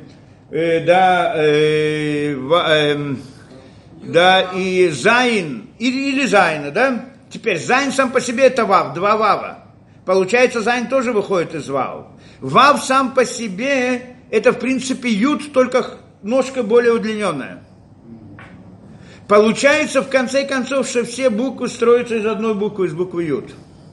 и зайн, или зайна, да? Теперь зайн сам по себе это вав, два вава. Получается, зайн тоже выходит из вав. Вав сам по себе это, в принципе, ют, только ножка более удлиненная. Получается, в конце концов, что все буквы строятся из одной буквы, из буквы ют.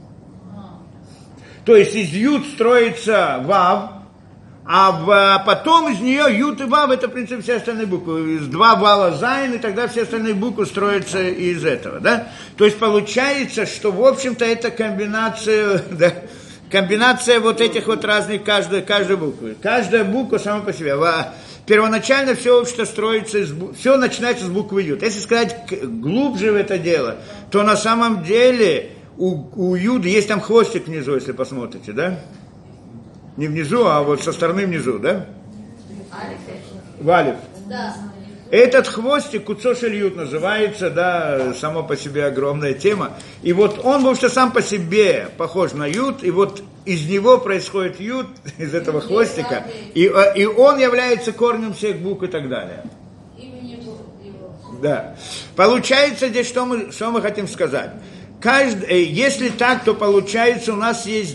То есть из ют строится вав, а потом из нее ют и вав, это, в принципе, все остальные буквы. Из два вава зайн, и тогда все остальные буквы строятся из этого, да? То есть получается, что, в общем-то, это комбинация, да, комбинация вот этих вот разных, каждой буквы. Каждая буква сама по себе. Первоначально все общество строится, все начинается с буквы ют. Если сказать глубже в это дело, то на самом деле у юда есть там хвостик внизу, если посмотрите, да? Не внизу, а вот со стороны внизу, да? Валев. Да. Этот хвостик, куцошель ют называется, да, само по себе огромная тема. И вот он, потому что сам по себе похож на ют, и вот из него происходит ют, из этого хвостика, и он является корнем всех букв и так далее. Да. Получается здесь, что мы хотим сказать. Если так, то получается у нас есть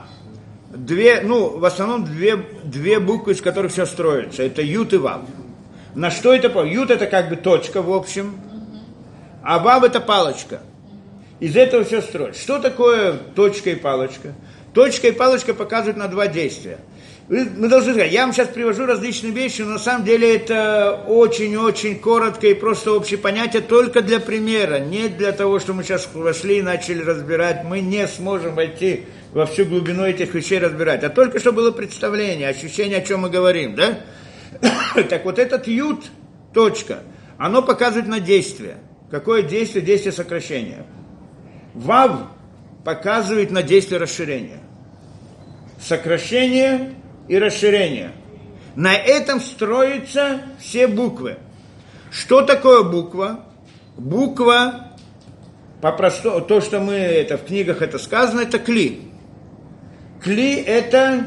в основном две буквы, из которых все строится. Это ют и вав. На что это? Ют это как бы точка в общем, а вав это палочка. Из этого все строится. Что такое точка и палочка? Точка и палочка показывают на два действия. Мы должны сказать, я вам сейчас привожу различные вещи, но на самом деле это очень-очень коротко и просто общее понятие только для примера, не для того, что мы сейчас вошли и начали разбирать. Мы не сможем войти во всю глубину этих вещей разбирать, а только что было представление, ощущение, о чем мы говорим, да? Так вот этот ют, точка, оно показывает на действие. Какое действие? Действие сокращения. Вав показывает на действие расширения. Сокращение и расширение. На этом строятся все буквы. Что такое буква? Буква, по-простому, то, что в книгах это сказано, это кли. Кли это,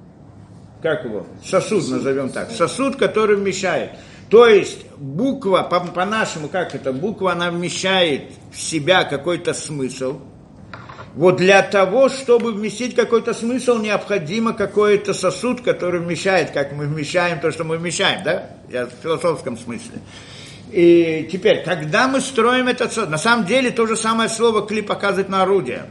сосуд назовем так. Сосуд, который вмещает. То есть буква, по-нашему, буква, она вмещает в себя какой-то смысл. Вот для того, чтобы вместить какой-то смысл, необходимо какой-то сосуд, который вмещает, как мы вмещаем то, что мы вмещаем, да? В философском смысле. И теперь, когда мы строим этот сосуд, на самом деле то же самое слово «кли» показывает на орудие.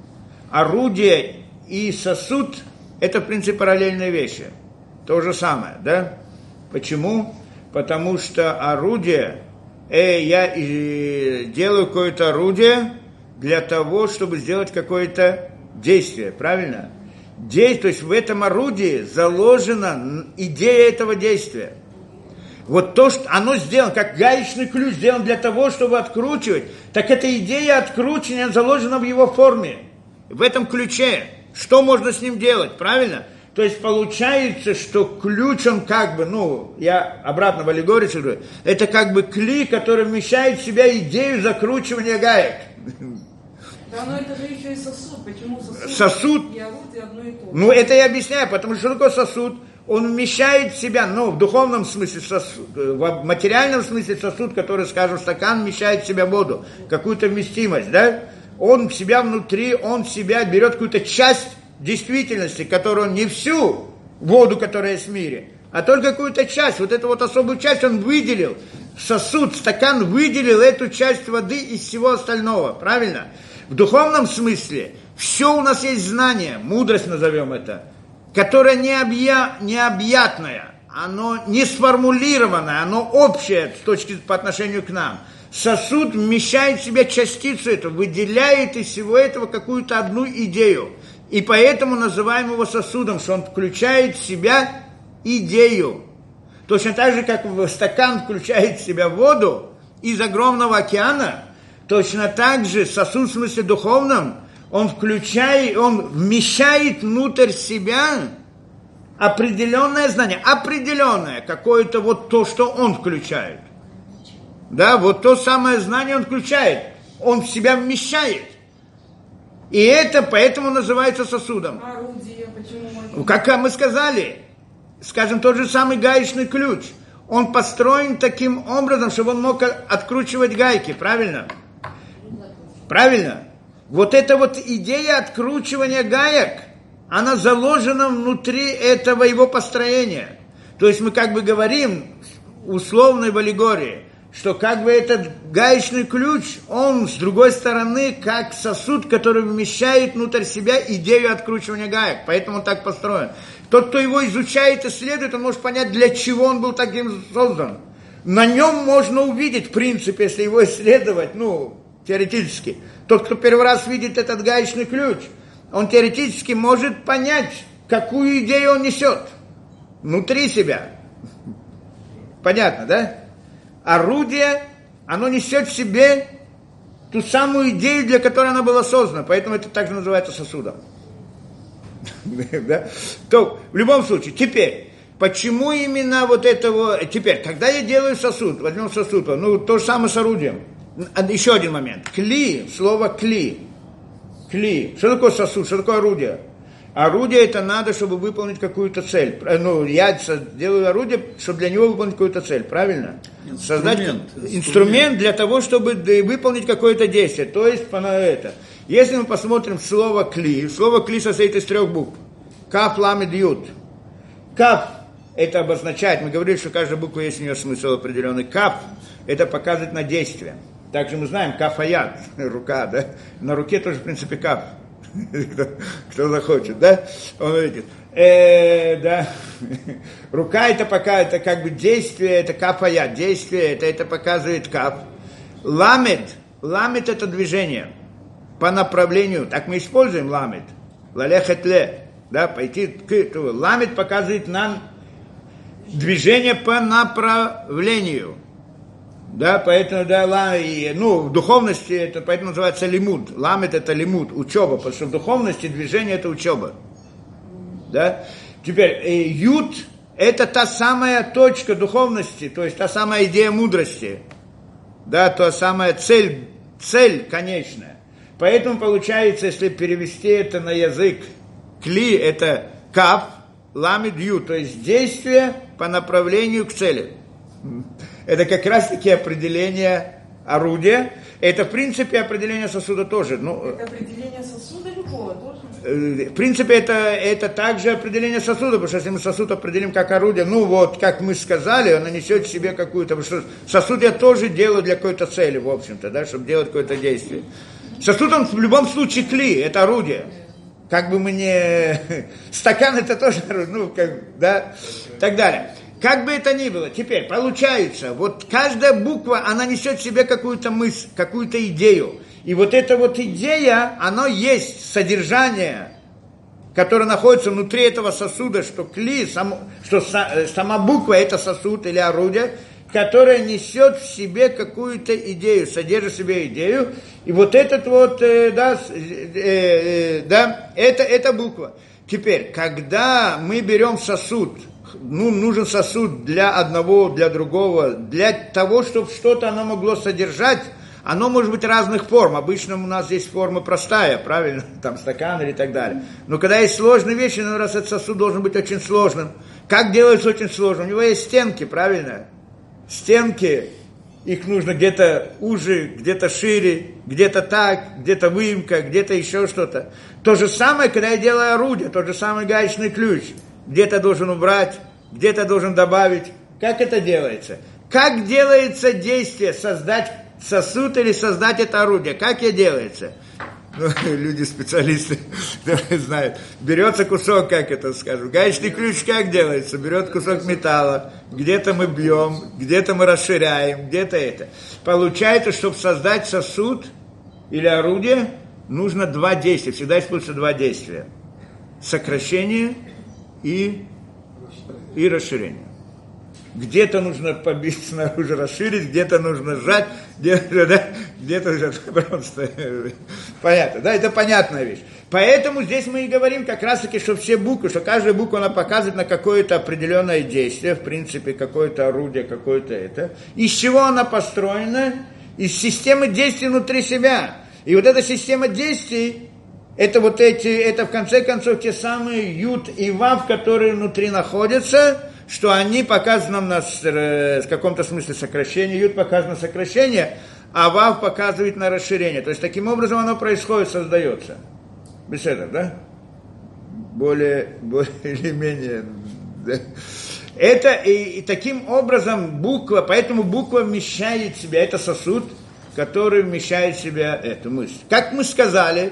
Орудие и сосуд – это, в принципе, параллельные вещи. То же самое, да? Почему? Потому что орудие, я делаю какое-то орудие для того, чтобы сделать какое-то действие, правильно? То есть в этом орудии заложена идея этого действия. Вот то, что оно сделано, как гаечный ключ сделан для того, чтобы откручивать, так эта идея откручивания заложена в его форме, в этом ключе. Что можно с ним делать, правильно? То есть получается, что ключ, он я обратно в аллегории говорю, это как бы кли, который вмещает в себя идею закручивания гаек. Да, но это же еще и сосуд. Почему сосуд и орудие одно и то же? Это я объясняю, потому что такое сосуд? Он вмещает в себя, в духовном смысле сосуд, в материальном смысле сосуд, который, скажем, стакан вмещает в себя воду, какую-то вместимость, да? Он в себя внутри, он в себя берет какую-то часть действительности, которую он не всю воду, которая есть в мире, а только какую-то часть, вот эту вот особую часть он выделил. Сосуд, стакан выделил эту часть воды из всего остального, правильно? В духовном смысле все у нас есть знание, мудрость назовем это, которое необъятное, оно не сформулированное, оно общее по отношению к нам. Сосуд вмещает в себя частицу этого, выделяет из всего этого какую-то одну идею. И поэтому называем его сосудом, что он включает в себя идею. Точно так же, как стакан включает в себя воду из огромного океана, точно так же сосуд в смысле духовном, он вмещает внутрь себя определенное знание, определенное, какое-то вот то, что он включает. Да, вот то самое знание он включает, он в себя вмещает. И это поэтому называется сосудом. Орудие, почему? Как мы сказали, скажем, тот же самый гаечный ключ, он построен таким образом, чтобы он мог откручивать гайки, правильно? Правильно? Вот эта вот идея откручивания гаек, она заложена внутри этого его построения. То есть мы говорим условно в аллегории, что этот гаечный ключ, он с другой стороны как сосуд, который вмещает внутрь себя идею откручивания гаек. Поэтому он так построен. Тот, кто его изучает, исследует, он может понять, для чего он был таким создан. На нем можно увидеть, в принципе, если его исследовать, теоретически. Тот, кто первый раз видит этот гаечный ключ, он теоретически может понять, какую идею он несет внутри себя. Понятно, да? Орудие, оно несет в себе ту самую идею, для которой она была создана. Поэтому это также называется сосудом. То, в любом случае, теперь, почему именно теперь, когда я делаю сосуд, возьмем сосуд, то же самое с орудием. Еще один момент. Кли, слово кли. Кли. Что такое сосуд, что такое орудие? Орудие это надо, чтобы выполнить какую-то цель. Ну, я делаю орудие, чтобы для него выполнить какую-то цель, правильно? Создать инструмент для того, чтобы выполнить какое-то действие. То есть, это. Если мы посмотрим слово кли состоит из 3 букв. Каф, ламед, ют. Каф это обозначает, мы говорили, что каждая буква есть у нее смысл определенный. Каф это показывает на действие. Также мы знаем, каф аят, рука, да? На руке тоже, в принципе, каф. Кто захочет, да? Он видит. Да. Рука это пока, это как бы действие, это каф аят. Действие, это показывает каф. Ламед это движение по направлению. Так мы используем ламед. Лалехет ле. Да, пойти к... Ламед показывает нам движение по направлению. Да, поэтому, да, в духовности это, поэтому называется лимуд. Ламед это лимуд, учеба, потому что в духовности движение это учеба. Да? Теперь, ют это та самая точка духовности, то есть та самая идея мудрости. Да, та самая цель конечная. Поэтому получается, если перевести это на язык, кли это каф, ламед ют, то есть действие по направлению к цели. Это как раз-таки определение орудия. Это, в принципе, определение сосуда тоже. Это определение сосуда любого тоже? В принципе, это также определение сосуда, потому что если мы сосуд определим как орудие, как мы сказали, оно несет в себе какую-то... Потому что сосуд я тоже делаю для какой-то цели, в общем-то, да, чтобы делать какое-то действие. Сосуд, он в любом случае кли, это орудие. Как бы мы не... Стакан это тоже орудие, да, так далее. Как бы это ни было, теперь получается, вот каждая буква, она несет в себе какую-то мысль, какую-то идею. И вот эта вот идея, она есть содержание, которое находится внутри этого сосуда, что кли, что сама буква это сосуд или орудие, которое несет в себе какую-то идею, содержит в себе идею. И вот этот вот, это буква. Теперь, когда мы берем сосуд, нужен сосуд для одного, для другого, для того, чтобы что-то оно могло содержать, оно может быть разных форм. Обычно у нас есть форма простая, правильно, там стакан или так далее. Но когда есть сложные вещи, ну, раз этот сосуд должен быть очень сложным. Как делается очень сложным? У него есть стенки, правильно? Стенки, их нужно где-то уже, где-то шире, где-то так, где-то выемка, где-то еще что-то. То же самое, когда я делаю орудие, тот же самый гаечный ключ. Где-то должен убрать, где-то должен добавить. Как это делается? Как делается действие создать сосуд или создать это орудие? Как это делается? Люди, специалисты, знают. Берется кусок, как это скажем. Гаечный ключ как делается? Берет кусок металла, где-то мы бьем, где-то мы расширяем, где-то это. Получается, чтобы создать сосуд или орудие, нужно 2 действия. Всегда используются 2 действия. Сокращение и расширение. Где-то нужно побить снаружи, расширить, где-то нужно сжать, где-то просто... Понятно, да? Это понятная вещь. Поэтому здесь мы и говорим как раз-таки, что все буквы, что каждая буква, она показывает на какое-то определенное действие, в принципе, какое-то орудие, какое-то это. Из чего она построена? Из системы действий внутри себя. И вот эта система действий, это вот это в конце концов те самые ют и вав, которые внутри находятся, что они показаны нам в каком-то смысле сокращение, ют показано сокращение, а вав показывает на расширение. То есть таким образом оно происходит, создается. Беседа, да? Более или менее. Да? Это и таким образом буква, поэтому буква вмещает в себя, это сосуд, который вмещает в себя эту мысль. Как мы сказали,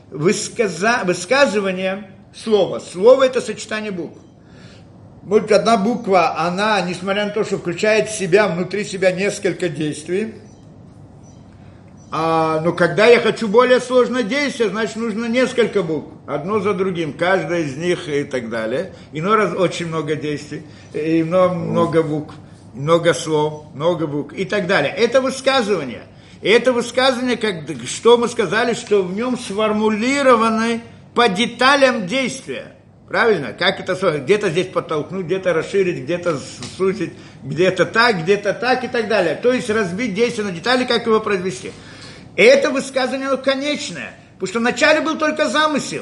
высказывание слова. Слово это сочетание букв. Вот одна буква, она, несмотря на то, что включает в себя, внутри себя несколько действий, но когда я хочу более сложное действие, значит, нужно несколько букв, одно за другим, каждая из них и так далее. Иной раз очень много действий, и много букв, много слов, много букв и так далее. Это высказывание. И это высказывание, что мы сказали, что в нем сформулированы по деталям действия. Правильно? Как это? Где-то здесь подтолкнуть, где-то расширить, где-то сузить, где-то так и так далее. То есть разбить действие на детали, как его произвести. И это высказывание, оно конечное. Потому что вначале был только замысел.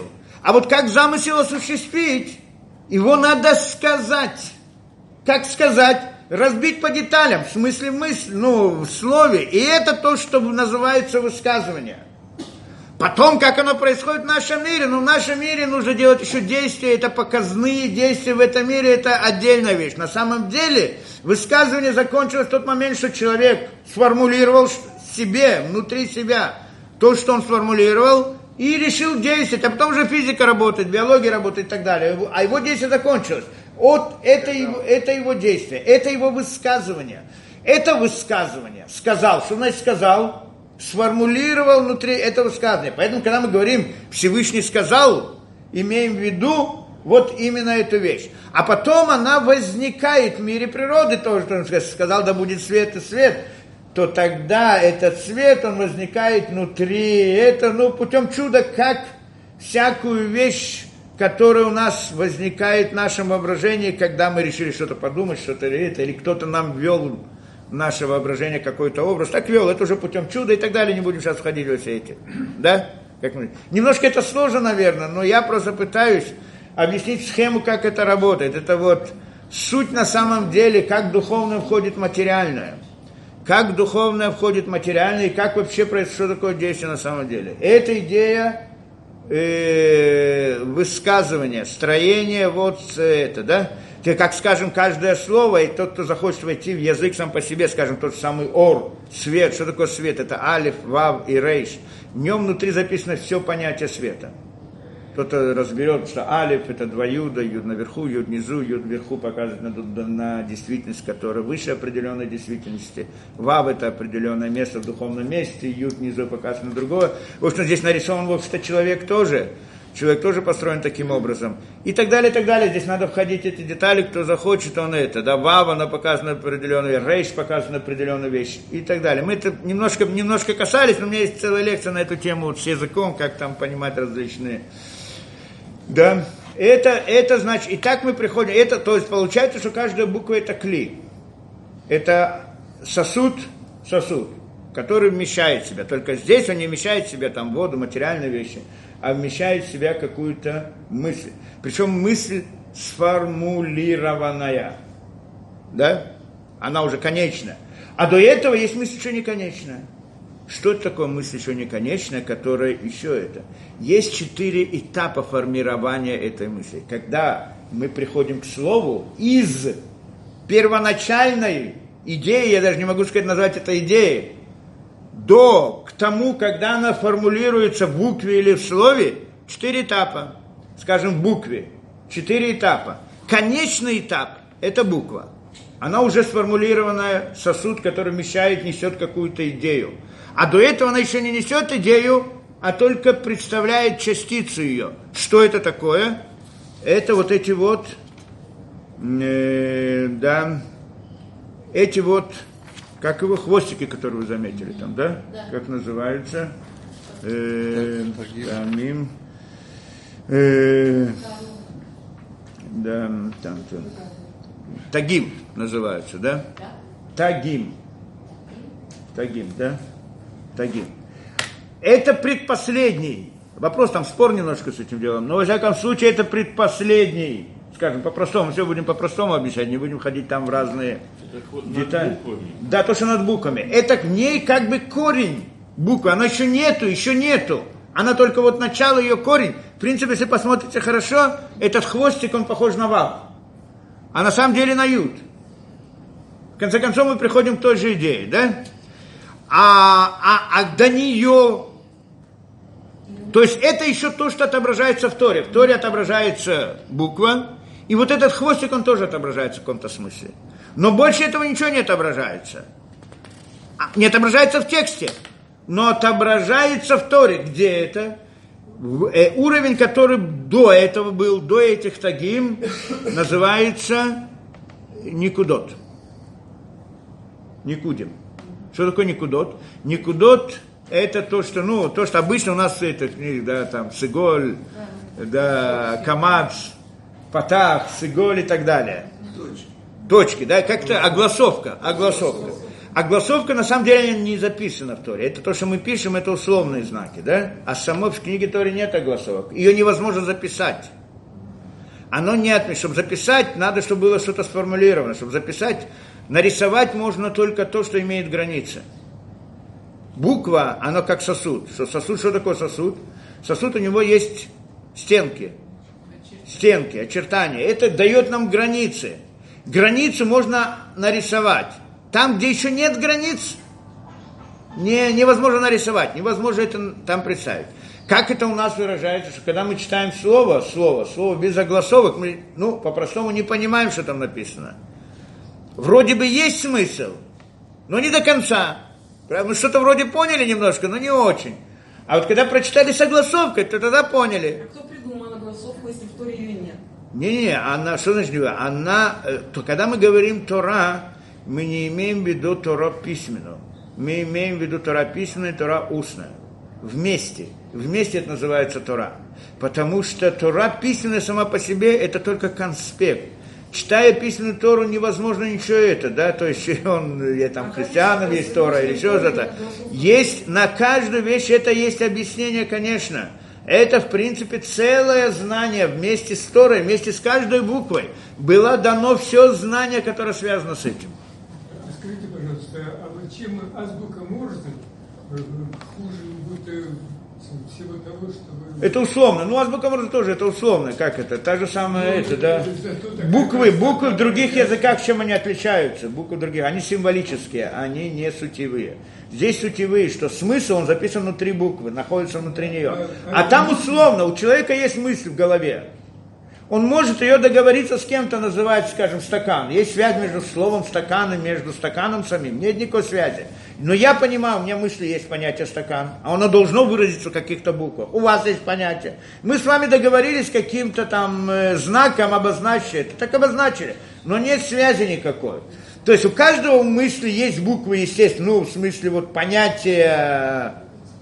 А вот как замысел осуществить, его надо сказать. Как сказать? Разбить по деталям, в смысле мысли, в слове. И это то, что называется высказывание. Потом, как оно происходит в нашем мире, в нашем мире нужно делать еще действия, это показные действия в этом мире, это отдельная вещь. На самом деле, высказывание закончилось в тот момент, что человек сформулировал себе, внутри себя, то, что он сформулировал, и решил действовать, а потом уже физика работает, биология работает и так далее. А его действие закончилось. Это его действие, это его высказывание. Это высказывание. Сказал, что значит сказал? Сформулировал внутри этого высказывания. Поэтому, когда мы говорим «Всевышний сказал», имеем в виду вот именно эту вещь. А потом она возникает в мире природы, тоже, что он сказал, да будет свет и свет, то тогда этот свет, он возникает внутри, это, путем чуда, как всякую вещь, которая у нас возникает в нашем воображении, когда мы решили что-то подумать, что-то или кто-то нам ввел в наше воображение какой-то образ, так вел, это уже путем чуда и так далее, не будем сейчас входить во все эти, да? Немножко это сложно, наверное, но я просто пытаюсь объяснить схему, как это работает. Это вот суть на самом деле, как духовное входит в материальное. Как духовное входит в материальное и как вообще происходит, что такое действие на самом деле. Это идея высказывания, строения, вот это, да? Как, скажем, каждое слово, и тот, кто захочет войти в язык сам по себе, скажем, тот самый ор, свет, что такое свет? Это алиф, вав и рейш. В нем внутри записано все понятие света. Кто-то разберет, что алиф это два юда, юд наверху, юд внизу, юд вверху показывает на действительность, которая выше определенной действительности. Вав это определенное место в духовном месте, юд внизу показывает на другое. В общем, здесь нарисован, в общем-то, человек тоже построен таким образом. И так далее, и так далее. Здесь надо входить в эти детали, кто захочет, он это. Да, вав, она показана определенную, рейш показана определенную вещь и так далее. Мы это немножко касались, но у меня есть целая лекция на эту тему вот, с языком, как там понимать различные. Да, это значит, и так мы приходим, то есть получается, что каждая буква это кли. Это сосуд, который вмещает в себя. Только здесь он не вмещает в себя там воду, материальные вещи, а вмещает в себя какую-то мысль. Причем мысль сформулированная. Да? Она уже конечная. А до этого есть мысль еще не конечная. Что это такое мысль еще не конечная, которая еще это? Есть 4 этапа формирования этой мысли. Когда мы приходим к слову из первоначальной идеи, я даже не могу сказать, назвать это идеей, к тому, когда она формулируется в букве или в слове, 4 этапа. Скажем, в букве. 4 этапа. Конечный этап – это буква. Она уже сформулированная сосуд, который вмещает, несет какую-то идею. А до этого она еще не несет идею, а только представляет частицу ее. Что это такое? Это вот эти вот, эти вот, как его, хвостики, которые вы заметили там, да? Как называются? Тамим. Тагим называются, да? Тагим, да? Тагим. Это предпоследний. Вопрос, там спор немножко с этим делом, но во всяком случае это предпоследний. Скажем, по-простому, все будем по-простому объяснять, не будем ходить там в разные детали. Да, то, что над буквами. Это в ней как бы корень буквы, она еще нету. Она только вот начало ее корень. В принципе, если посмотрите хорошо, этот хвостик, он похож на вав. А на самом деле на юд. В конце концов, мы приходим к той же идее, да? А до нее, то есть это еще то, что отображается в Торе. В Торе отображается буква, и вот этот хвостик, он тоже отображается в каком-то смысле. Но больше этого ничего не отображается. Не отображается в тексте, но отображается в Торе. Где это? Уровень, который до этого был, до этих тагим, называется никудот. Никудим. Что такое никудот? Никудот – это то, что обычно у нас в этих книгах, да, там, Сиголь, да, Камац, Патах, Сиголь и так далее. Точки, да, как-то огласовка. огласовка на самом деле не записана в Торе. Это то, что мы пишем, это условные знаки, да? А самой в книге Торе нет огласовок. Ее невозможно записать. Оно нет. Чтобы записать, надо, чтобы было что-то сформулировано. Чтобы записать, нарисовать можно только то, что имеет границы. Буква, она как сосуд. Сосуд, что такое сосуд? Сосуд, у него есть стенки, очертания. Это дает нам границы. Границу можно нарисовать. Там, где еще нет границ, невозможно нарисовать, невозможно это там представить. Как это у нас выражается, что когда мы читаем слово без огласовок, мы, по-простому не понимаем, что там написано. Вроде бы есть смысл, но не до конца. Мы что-то вроде поняли немножко, но не очень. А вот когда прочитали с огласовкой, то тогда поняли. А кто придумал огласовку, если в Торе ее нет? Не, она, что значит, то когда мы говорим Тора, мы не имеем в виду Тора письменную. Мы имеем в виду Тора письменная, Тора устная. Вместе это называется Тора. Потому что Тора письменная сама по себе, это только конспект. Читая письменную Тору, невозможно ничего это, да, то есть там христианам есть Тора или еще что-то. Есть, на каждую вещь это есть объяснение, конечно. Это, в принципе, целое знание вместе с Торой, вместе с каждой буквой. Было дано все знание, которое связано с этим. Скажите, пожалуйста, а вот чем азбука Морзе хуже будто всего того, что вы... Это условно. Азбука Морзе тоже, это условно. Как это? Та же самая, да. Буквы в других языках, чем они отличаются? Буквы других, они символические, они не сутевые. Здесь сутевые, что смысл, он записан внутри буквы, находится внутри нее. А там условно, у человека есть мысль в голове. Он может ее договориться с кем-то, называть, скажем, стакан. Есть связь между словом стакан и между стаканом самим. Нет никакой связи. Но я понимаю, у меня мысли есть понятие стакан, а оно должно выразиться в каких-то буквах. У вас есть понятие. Мы с вами договорились каким-то там знаком обозначить это. Так обозначили. Но нет связи никакой. То есть у каждого мысли есть буквы, естественно, в смысле понятия,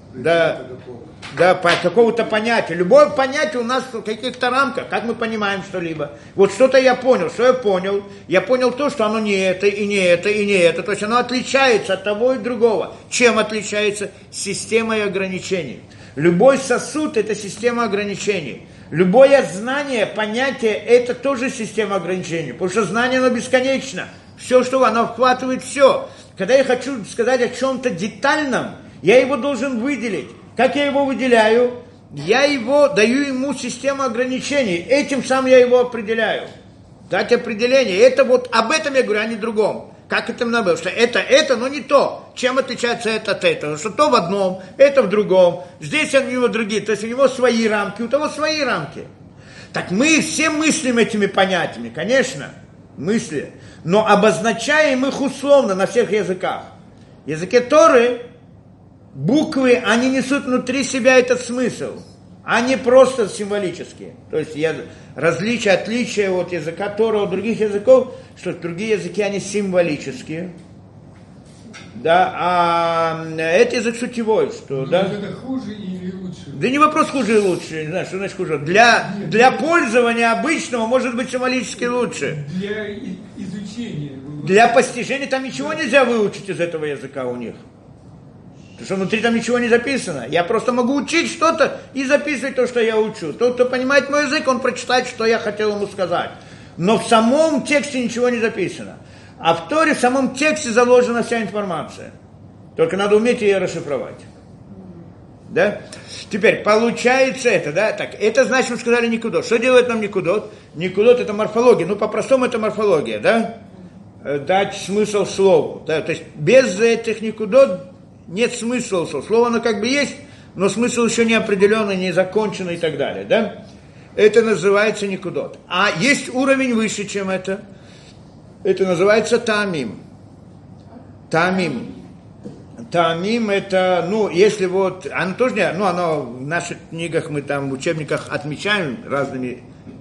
какого-то понятия. Любое понятие у нас в каких-то рамках, как мы понимаем что-либо. Вот что-то я понял, что я понял? Я понял то, что оно не это, и не это, и не это. То есть оно отличается от того и другого. Чем отличается? Системой ограничений. Любой сосуд – это система ограничений. Любое знание, понятие – это тоже система ограничений. Потому что знание, оно бесконечно. Все, что оно охватывает все. Когда я хочу сказать о чем-то детальном, я его должен выделить. Как я его выделяю? Я его даю ему систему ограничений. Этим сам я его определяю. Дать определение. Это об этом я говорю, а не другом. Как это надо было? Что это, но не то. Чем отличается это от этого? Что то в одном, это в другом. Здесь у него другие. То есть у него свои рамки, у того свои рамки. Так мы все мыслим этими понятиями, конечно, мысли. Но обозначаем их условно на всех языках. В языке Торы буквы, они несут внутри себя этот смысл, а не просто символические. То есть отличия от языка Тора от других языков, что другие языки, они символические. Да, а это язык сутевой, что, да? Это хуже или лучше? Да не вопрос хуже и лучше, не знаю, что значит хуже. Для пользования обычного может быть символически лучше. Для изучения. Для постижения там ничего нельзя выучить из этого языка у них. Потому что внутри там ничего не записано. Я просто могу учить что-то и записывать то, что я учу. Тот, кто понимает мой язык, он прочитает, что я хотел ему сказать. Но в самом тексте ничего не записано. А в Торе в самом тексте заложена вся информация. Только надо уметь ее расшифровать. Да? Теперь, получается это, да? Так, это значит, мы сказали никудот. Что делает нам никудот? Никудот – это морфология. По-простому это морфология, да? Дать смысл слову. Да? То есть, без этих никудот нет смысла у слова. Слово, оно как бы есть, но смысл еще не определенный, не законченный и так далее, да? Это называется никудот. А есть уровень выше, чем это. Это называется таамим. Таамим. Таамим это, если оно тоже не, оно в наших книгах, мы там в учебниках отмечаем разными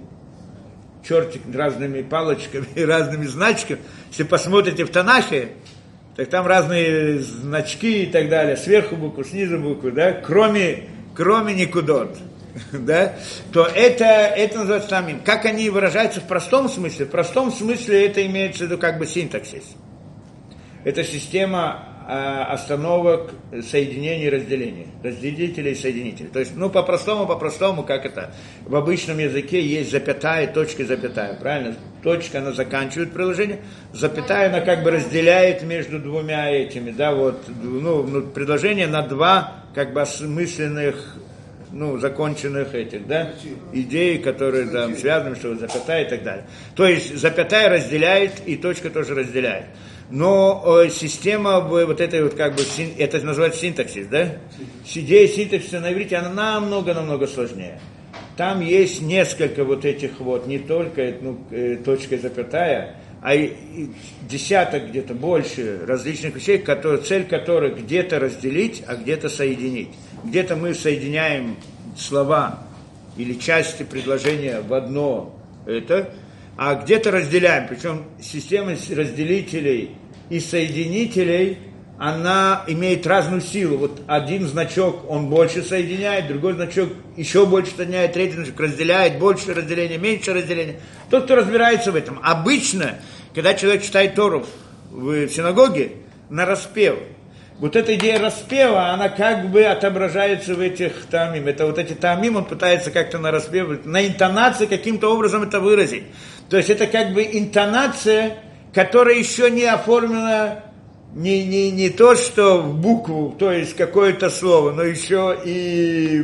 разными палочками, разными значками. Если посмотрите в Танахе, так там разные значки и так далее, сверху букву, снизу букву, да, кроме никудот. Да, то это называется таамим. Как они выражаются в простом смысле? В простом смысле это имеется в виду как бы синтаксис. это система остановок соединений и разделений, разделителей и соединителей. То есть, по-простому, как это, в обычном языке есть запятая, точка и запятая, правильно? Точка, она заканчивает предложение, запятая, она как бы разделяет между двумя этими, да, вот, предложение на два, как бы, осмысленных, законченных этих, да, идей, которые там связаны, что запятая и так далее. То есть, запятая разделяет, и точка тоже разделяет. Но система вот этой вот как бы, это называется синтаксис, да? Идея синтаксиса на иврите, она намного сложнее. Там есть несколько вот этих вот, не только точка и запятая, а и десяток где-то больше различных вещей, цель которых где-то разделить, а где-то соединить. Где-то мы соединяем слова или части предложения в одно это, а где-то разделяем. Причем система разделителей и соединителей, она имеет разную силу. Вот один значок, он больше соединяет, другой значок еще больше соединяет, третий значок разделяет, больше разделения, меньше разделения. Тот, кто разбирается в этом. Обычно, когда человек читает Тору в синагоге, нараспев, вот эта идея распева, она как бы отображается в этих таамим. Это вот эти таамим, он пытается как-то нараспев, на интонации каким-то образом это выразить. То есть это как бы интонация, которая еще не оформлена не то, что в букву, то есть какое-то слово, но еще и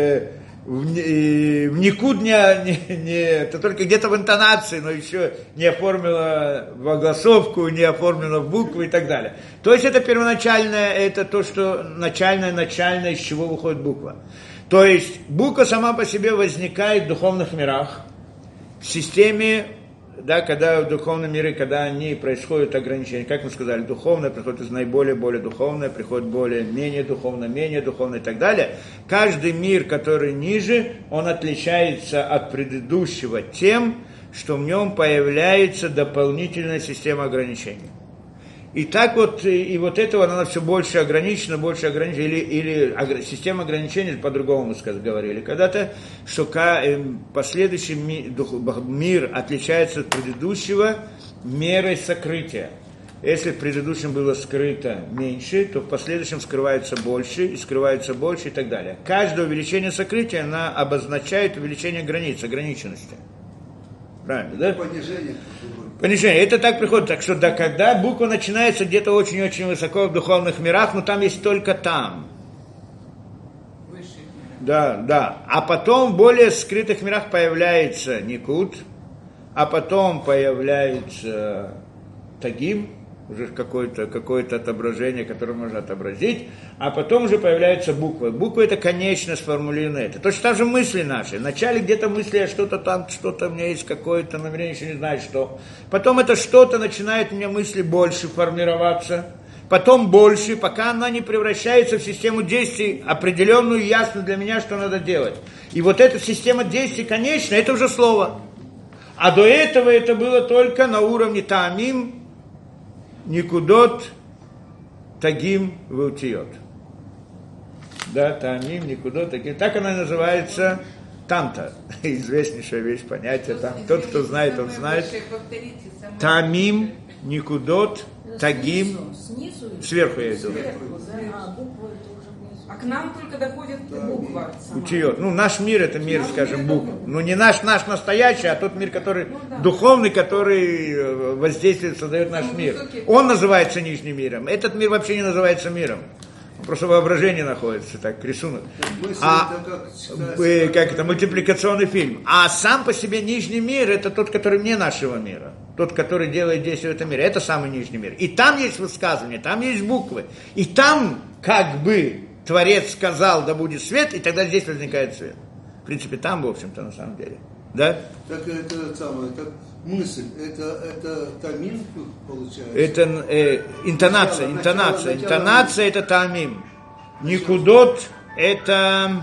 в никуд это только где-то в интонации, но еще не оформлено в огласовку, не оформлено в буквы и так далее. То есть это первоначальное, это то, что начальное, из чего выходит буква. То есть буква сама по себе возникает в духовных мирах, в системе, да, когда в духовном мире, когда они происходят ограничения, как мы сказали, духовное приходит из наиболее духовное, приходит менее духовное и так далее. Каждый мир, который ниже, он отличается от предыдущего тем, что в нем появляется дополнительная система ограничений. И так вот, и вот этого она все больше ограничена, или система ограничений, по-другому мы говорили когда-то, что последующий мир отличается от предыдущего мерой сокрытия. Если в предыдущем было скрыто меньше, то в последующем скрывается больше и так далее. Каждое увеличение сокрытия, она обозначает увеличение границ, ограниченности. Правильно, да? Понижение. Это так приходит. Так что когда буква начинается где-то очень-очень высоко в духовных мирах, но там есть только там. Да. А потом в более скрытых мирах появляется никуд, а потом появляется тагим, уже какое-то отображение, которое можно отобразить, а потом уже появляются буквы. Буквы — это конечно сформулировано. Это точно так же мысли наши. Вначале где-то мысли, что-то там, что-то у меня есть какое-то намерение, еще не знаю что. Потом это что-то начинает у меня мысли больше формироваться, потом больше, пока она не превращается в систему действий, определенную, ясную для меня, что надо делать. И вот эта система действий, конечно, это уже слово. А до этого это было только на уровне таамим, никудот, тагим, ваутиот. Да, таамим, никудот, тагим. Так она называется тамта. Известнейшая вещь, понятие там. Тот, кто знает, он знает. Таамим, никудот, тагим. Сверху я иду. А к нам только доходит буква. Утиот. Наш мир — это мир, скажем, букв. Не наш настоящий, а тот мир, который духовный, который воздействует, создает наш мир. Он называется нижним миром. Этот мир вообще не называется миром. Он просто воображение находится, так, рисунок. Как это, мультипликационный фильм. А сам по себе нижний мир — это тот, который вне нашего мира. Тот, который делает действия в этом мире. Это самый нижний мир. И там есть высказывания, там есть буквы. И там как бы Творец сказал, да будет свет, и тогда здесь возникает свет. В принципе, там, в общем-то, на самом деле. Да? Так это самое, как мысль, это тамим получается? Это интонация. Интонация это тамим. Никудот это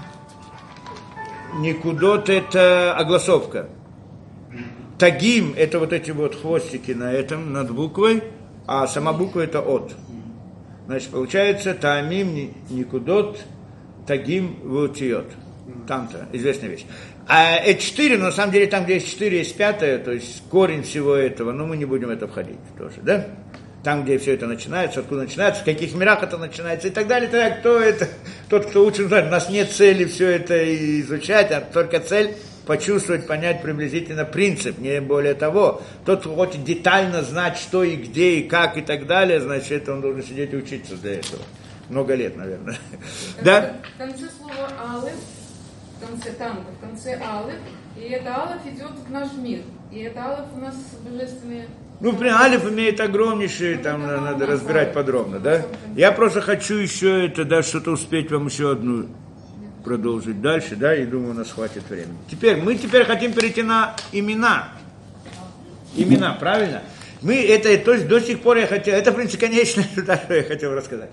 огласовка. Тагим это вот эти вот хвостики на этом, над буквой, а сама буква это от. Значит, получается таамим, никудот, тагим, ваутиот. Там-то, известная вещь. А это 4, но на самом деле там, где есть 4, есть 5, то есть корень всего этого, но мы не будем в это входить тоже, да? там, где все это начинается, откуда начинается, в каких мирах это начинается и так далее, так, кто это, тот, кто учит, знает. У нас нет цели все это изучать, а только цель почувствовать, понять приблизительно принцип, не более того. Тот, кто хочет детально знать, что и где, и как, и так далее, значит, это он должен сидеть и учиться для этого. Много лет, наверное. Да? В конце слова «алеф», в конце танго, в конце «алеф», и это «алеф» идет в наш мир. И это «алеф» у нас божественные... Ну, алиф имеет огромнейшие, там надо разбирать подробно, да? Я просто хочу еще это, да, что-то успеть вам еще одну продолжить дальше, да, и думаю, у нас хватит времени. Мы хотим перейти на имена. Имена, правильно? То есть до сих пор я хотел, это, в принципе, конечно, да, что я хотел рассказать.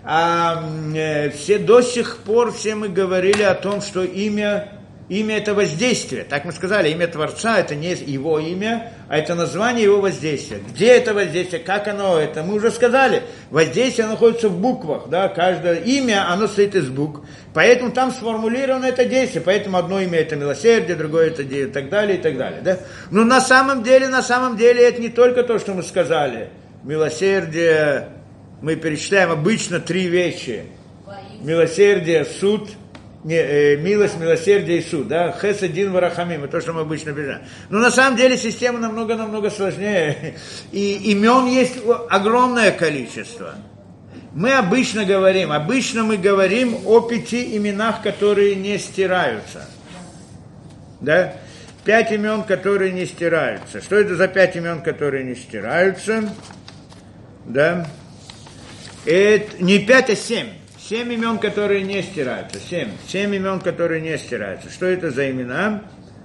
До сих пор все мы говорили о том, что имя это воздействие. Так мы сказали, имя Творца это не его имя, а это название его воздействия. Где это воздействие, как оно это? Мы уже сказали, воздействие находится в буквах, да, каждое имя, оно состоит из букв. Поэтому там сформулировано это действие. Поэтому одно имя это милосердие, другое это и так далее, и так далее. Да? Но на самом деле это не только то, что мы сказали. Милосердие, мы перечисляем обычно 3 вещи. Милосердие, суд, милость, милосердие и суд, да, хесед, дин, варахамим, это то, что мы обычно перечисляем. Но на самом деле система намного сложнее, и имен есть огромное количество. Мы обычно говорим о 5 именах, которые не стираются, да, 5 имен, которые не стираются. Что это за 5 имен, которые не стираются, да, это не 5, а 7. 7 имен, которые не стираются. 7 имен, которые не стираются. Что это за имена?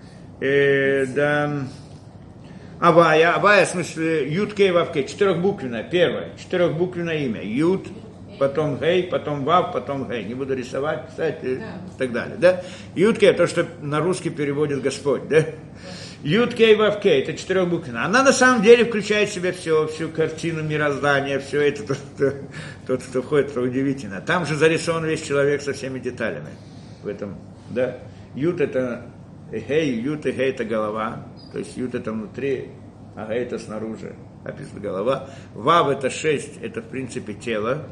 Да. Авая, в смысле, Юд, Кей, Вав, Кей. 4-буквенное, первое. 4-буквенное имя. Юд, потом Гей, потом Вав, потом Гей. Не буду рисовать, писать и так далее. Да? Юд, Кей, то, что на русский переводит Господь. Да? Юд, Кей, Вав, Кей, это 4-буквенная. Она на самом деле включает в себя всю картину мироздания, все это, тот, кто входит, это удивительно. Там же зарисован весь человек со всеми деталями. В этом, да. Юд это Гей, Юд и Гей это голова, то есть Юд это внутри, а Гей это снаружи, описана голова. Вав это 6, это в принципе тело,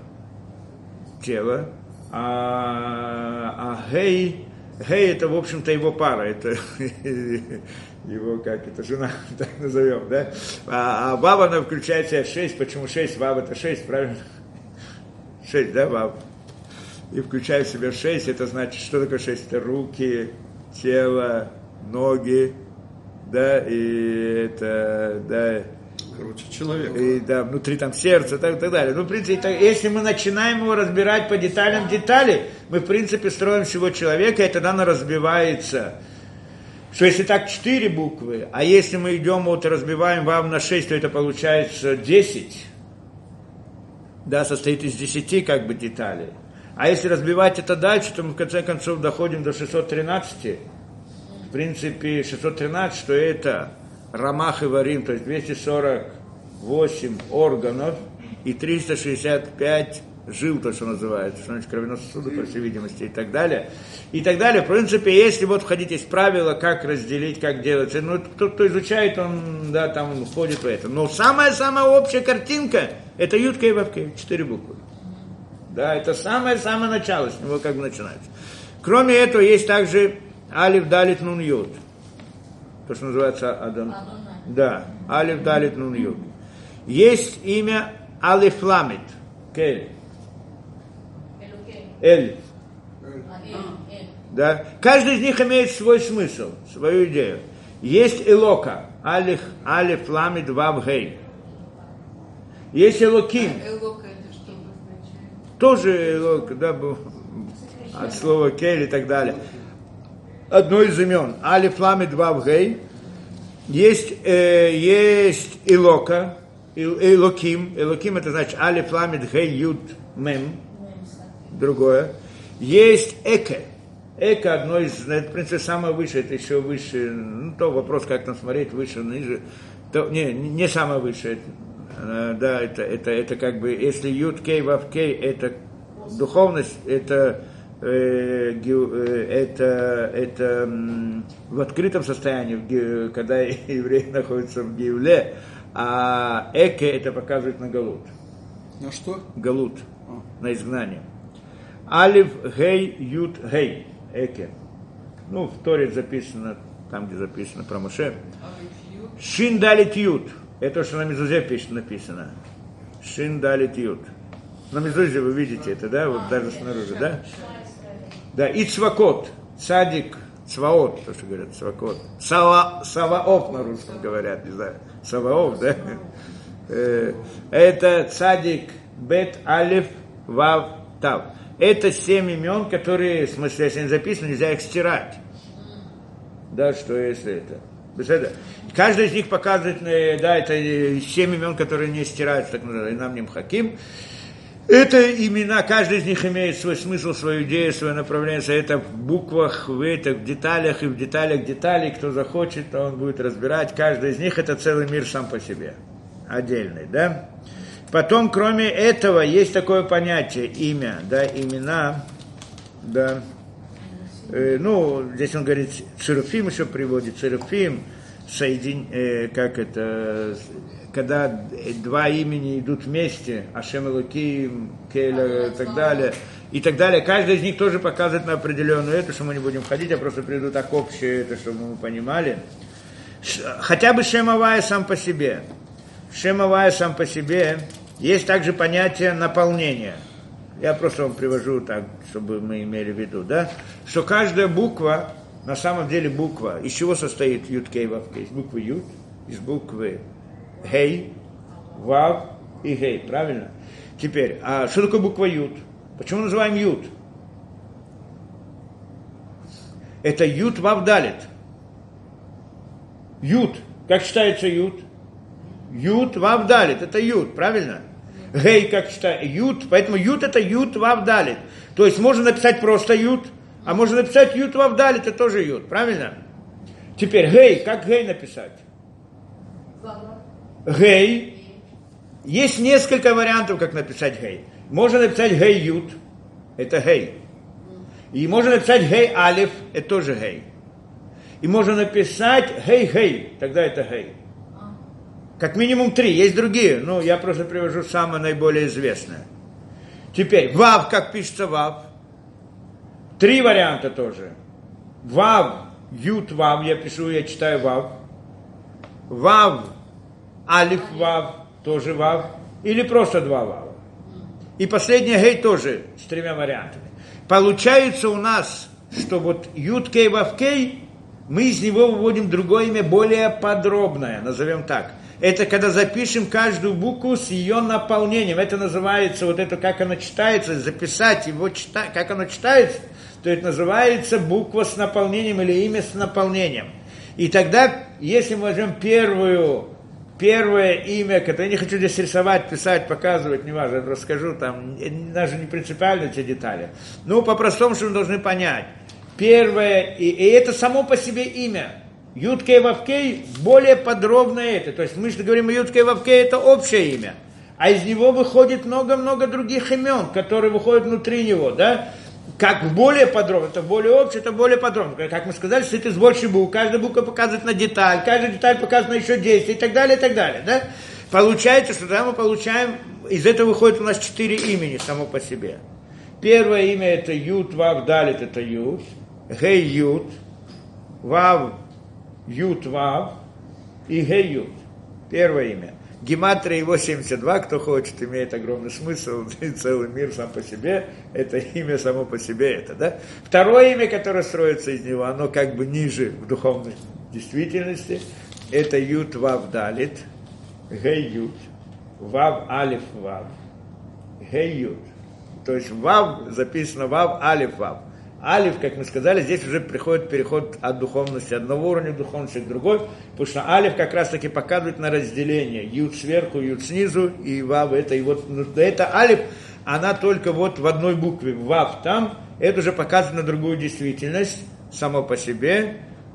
а Гей это, в общем-то, его пара, это его, жена, так назовем, да? А Вав, она включает в себя 6, почему 6? Вав это 6, правильно? 6, да, Вав? И включает в себя 6, это значит, что такое 6? Это руки, тело, ноги, да, и это, да... Короче, человек. И, да, внутри там сердце, так далее. Ну, в принципе, если мы начинаем его разбирать по деталям деталей, мы, в принципе, строим всего человека, и тогда оно разбивается. Что если так 4 буквы, а если мы идем вот и разбиваем Вав на 6, то это получается 10. Да, состоит из 10 как бы деталей. А если разбивать это дальше, то мы в конце концов доходим до 613. В принципе, 613, что это Рамах и Варим, то есть 248 органов и 365 жил, то, что называется, что значит кровеносные сосуды, по всей видимости, и так далее. И так далее. В принципе, если вот входить из правила, как разделить, как делать, ну, тот, кто изучает, он, да, там входит в это. Но самая-самая общая картинка, это Юд, Кей, Вав, Кей, 4 буквы. Да, это самое-самое начало, с него как бы начинается. Кроме этого, есть также Алиф, Далит, Нун, Юд. То, что называется Адам. Да, Алиф, Далит, Нун, Юд. Есть имя Алиф, Ламит, Кель. Эль. Да? Каждый из них имеет свой смысл, свою идею. Есть Элока, Алиф, Ламит, Вав, Гей. Есть Элоким. Элока это что обозначает? Тоже Элока, да, от слова Кель и так далее. Одно из имен. Алиф, Ламит, Вав, Гей. Есть Элока, Элоким. Элоким это значит Алиф, Ламит, Гей, Юд, Мем. Другое. Есть Эке. Эке одно из, это, в принципе, самое высшее, это еще выше, ну, то вопрос, как там смотреть, выше, ниже, то, не самое высшее, да, это как бы, если Юд, Кей, Вав, Кей, это духовность, это в открытом состоянии, когда еврей находится в Геуле, А эке это показывает на галут. На что? Галут, на изгнание. Алиф, гей, ют, гей, эке. Ну, в Торе записано, там, где записано про Моше. Шин далит ют. Это что на мезузе написано. Шин далит ют. На мезузе вы видите это, да? Вот даже снаружи, да? Да, и цвакот. Цадик, цваот, то, что говорят, цвакот. Саваоф на русском говорят, не знаю. Саваоф, да? Это цадик, бет, алиф, вав, тав. Это 7 имен, которые, в смысле, если не записано, нельзя их стирать. Да, что если это? Каждый из них показывает, да, это 7 имен, которые не стираются, так называемый, нам не мхаким. Это имена, каждый из них имеет свой смысл, свою идею, свое направление. Это в буквах, в деталях и в деталях деталей. Кто захочет, то он будет разбирать. Каждый из них это целый мир сам по себе, отдельный, да. Потом, кроме этого, есть такое понятие имя, да, имена, да. Здесь он говорит, церуфим еще приводит, церуфим, как это, когда два имени идут вместе, Ашем Элоким, Кейля и так далее, и так далее. Каждый из них тоже показывает на определенную это, что мы не будем ходить, я просто приведу так общее, это, чтобы мы понимали. Хотя бы Шем Авая сам по себе. Шем Авая сам по себе. Есть также понятие наполнения. Я просто вам привожу так, чтобы мы имели в виду, да? Что каждая буква, на самом деле буква, из чего состоит Ют, Кей, Вав, Кей? Из буквы Ют, из буквы Гей, Вав и Гей, правильно? Теперь, а что такое буква Ют? Почему называем Ют? Это Ют, Вав, Далит. Ют, как читается Ют? Ют, Вав, Далит, это Ют, правильно? Гей, как читается, Ют, поэтому Ют это Ют, Вав, Далит. То есть можно написать просто Ют, а можно написать Ют, Вав, Далит, это тоже Ют, правильно? Теперь Гей, как Гей написать? Гей, есть несколько вариантов, как написать Гей. Можно написать Гей, Ют, это Гей. И можно написать Гей, Алиф, это тоже Гей. И можно написать Гей, Гей, тогда это Гей. Как минимум 3, есть другие, но я просто привожу самое наиболее известное. Теперь, Вав, как пишется Вав. 3 варианта тоже. Вав, Ют, Вав, я пишу, я читаю Вав. Вав, Алиф, Вав, тоже Вав. Или просто 2 Вава. И последний Гей тоже с 3 вариантами. Получается у нас, что вот Ют, Кей, Вав, Кей, мы из него выводим другое имя, более подробное, назовем так. Это когда запишем каждую букву с ее наполнением. Это называется, вот это как оно читается, записать его, как оно читается, то это называется буква с наполнением или имя с наполнением. И тогда, если мы возьмем первое имя, которое я не хочу здесь рисовать, писать, показывать, неважно, я просто скажу, там даже не принципиально эти детали. Ну, по-простому, что мы должны понять. Первое, и это само по себе имя. Ют, Кей, Вав, Кей, более подробно это. То есть мы же говорим, Ют, Кей, Вав, Кей, это общее имя. А из него выходит много-много других имен, которые выходят внутри него, да? Как более подробно, это более общее, это более подробно. Как мы сказали, что это из большей буквы, каждая буква показывает на деталь, каждая деталь показывает на еще действие и так далее, да? Получается, что тогда мы получаем, из этого выходит у нас 4 имени само по себе. Первое имя это Ют, Вав, Далит, это Ют, Гей, Ют, Вав, Ют, Вав и Гей, Ют. Первое имя. Гематрия его 72, кто хочет, имеет огромный смысл, целый мир сам по себе, это имя само по себе, это, да? Второе имя, которое строится из него, оно как бы ниже в духовной действительности, это Ют, Вав, Далит, Гей, Ют, Вав, Алиф, Вав, Гей, Ют. То есть Вав записано Вав, Алиф, Вав. Алиф, как мы сказали, здесь уже приходит переход от духовности одного уровня духовности к другой, потому что Алиф как раз таки показывает на разделение. Ют сверху, Ют снизу, и Вав это, и вот это Алиф, она только вот в одной букве, Вав там, это уже показывает на другую действительность, само по себе,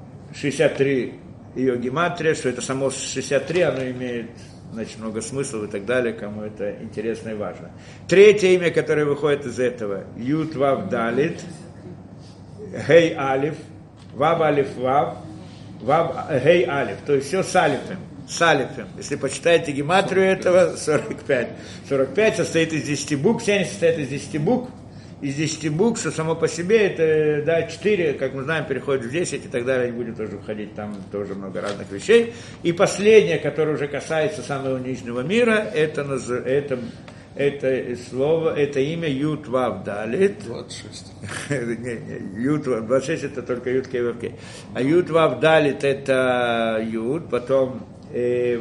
63 ее гематрия, что это само 63, оно имеет, значит, много смыслов и так далее, кому это интересно и важно. Третье имя, которое выходит из этого, Ют, Вав, Далит, Гей, Алиф, Вав, Алиф, Вав, Вав, Гей, Алиф. То есть все с Алифом. с алифом. Если почитаете гематрию этого, 45. 45 состоит из 10 букв, 70 состоит из 10 букв. Из 10 букв, что само по себе, это, да, 4, как мы знаем, переходит в 10 и так далее, не будем тоже входить, там тоже много разных вещей. И последнее, которое уже касается самого нижнего мира, это слово, это имя Ют Вав Далит. 26. Ют Вав, 26 это только Ют Кей Вав Кей. А Ют Вав Далит это Ют, потом Хей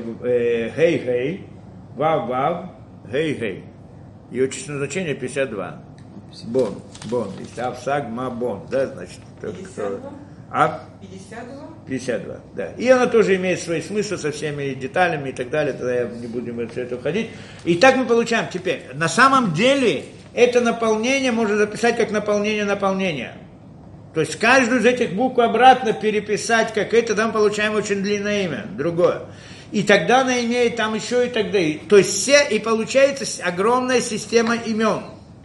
Хей, Вав Вав, Хей Хей. Ее численное значение 52. Бон. Есть Авсаг Ма Бон, да, значит. 52? А? 52? 52, да. И она тоже имеет свои смыслы со всеми деталями и так далее, тогда я не буду в это уходить. И так мы получаем теперь. На самом деле, это наполнение можно записать как наполнение. То есть каждую из этих букв обратно переписать, как это, там получаем очень длинное имя, другое. И тогда она имеет там еще и так далее. То есть все, и получается огромная система имен,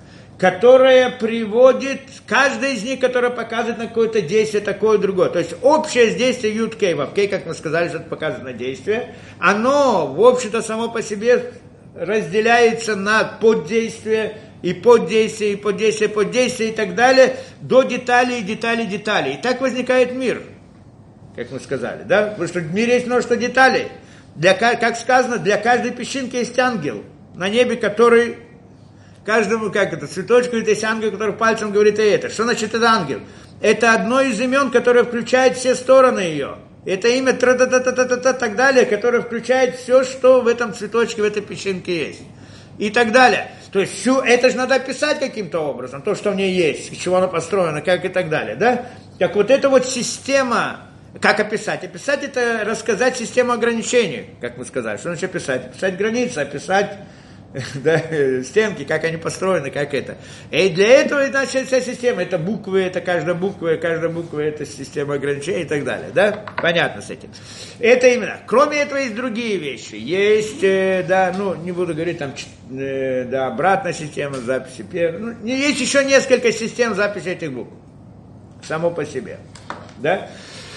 которая приводит, каждая из них, которая показывает на какое-то действие, такое другое. То есть общее действие Юд Кей Вав Кей, как мы сказали, что это показывает на действие, оно, в общем-то, само по себе разделяется на поддействие, и поддействие, и поддействие, и так далее, до деталей. И так возникает мир, как мы сказали, да? Потому что в мире есть множество деталей. Как сказано, для каждой песчинки есть ангел на небе, который... Каждому, как это, цветочку есть ангел, который пальцем говорит это. Что значит это ангел? Это одно из имен, которое включает все стороны ее. Это имя тра-та-та-та-та-та так далее, которое включает все, что в этом цветочке, в этой песчинке есть. И так далее. То есть все это же надо описать каким-то образом, то, что в ней есть, из чего оно построено, как и так далее. Да? Так вот эта вот система, как описать? Описать это рассказать систему ограничений, как мы сказали. Что значит описать? Описать границы, описать... Да, стенки, как они построены, как это. И для этого, значит, вся система, это буквы, это каждая буква это система ограничений и так далее, да? Понятно с этим. Это именно. Кроме этого есть другие вещи. Есть, да, ну, не буду говорить, там, да, обратная система записи. Есть еще несколько систем записи этих букв. Само по себе, да?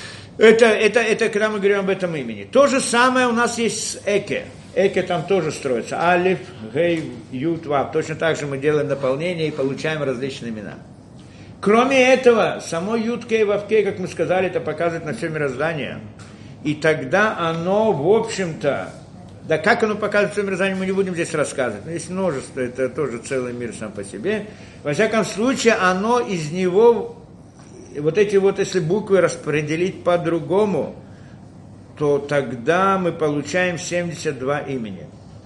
Это когда мы говорим об этом имени. То же самое у нас есть с Эке. Эке там тоже строится. Алиф, Гей, Ют, Вав. Точно так же мы делаем наполнение и получаем различные имена. Кроме этого, само Ют, Кей, Вав, Кей, как мы сказали, это показывает на все мироздание. И тогда оно, в общем-то, да как оно показывает все мироздание, мы не будем здесь рассказывать. Но есть множество, это тоже целый мир сам по себе. Во всяком случае, оно из него, вот эти вот, если буквы распределить по-другому, то тогда мы получаем 72 имени.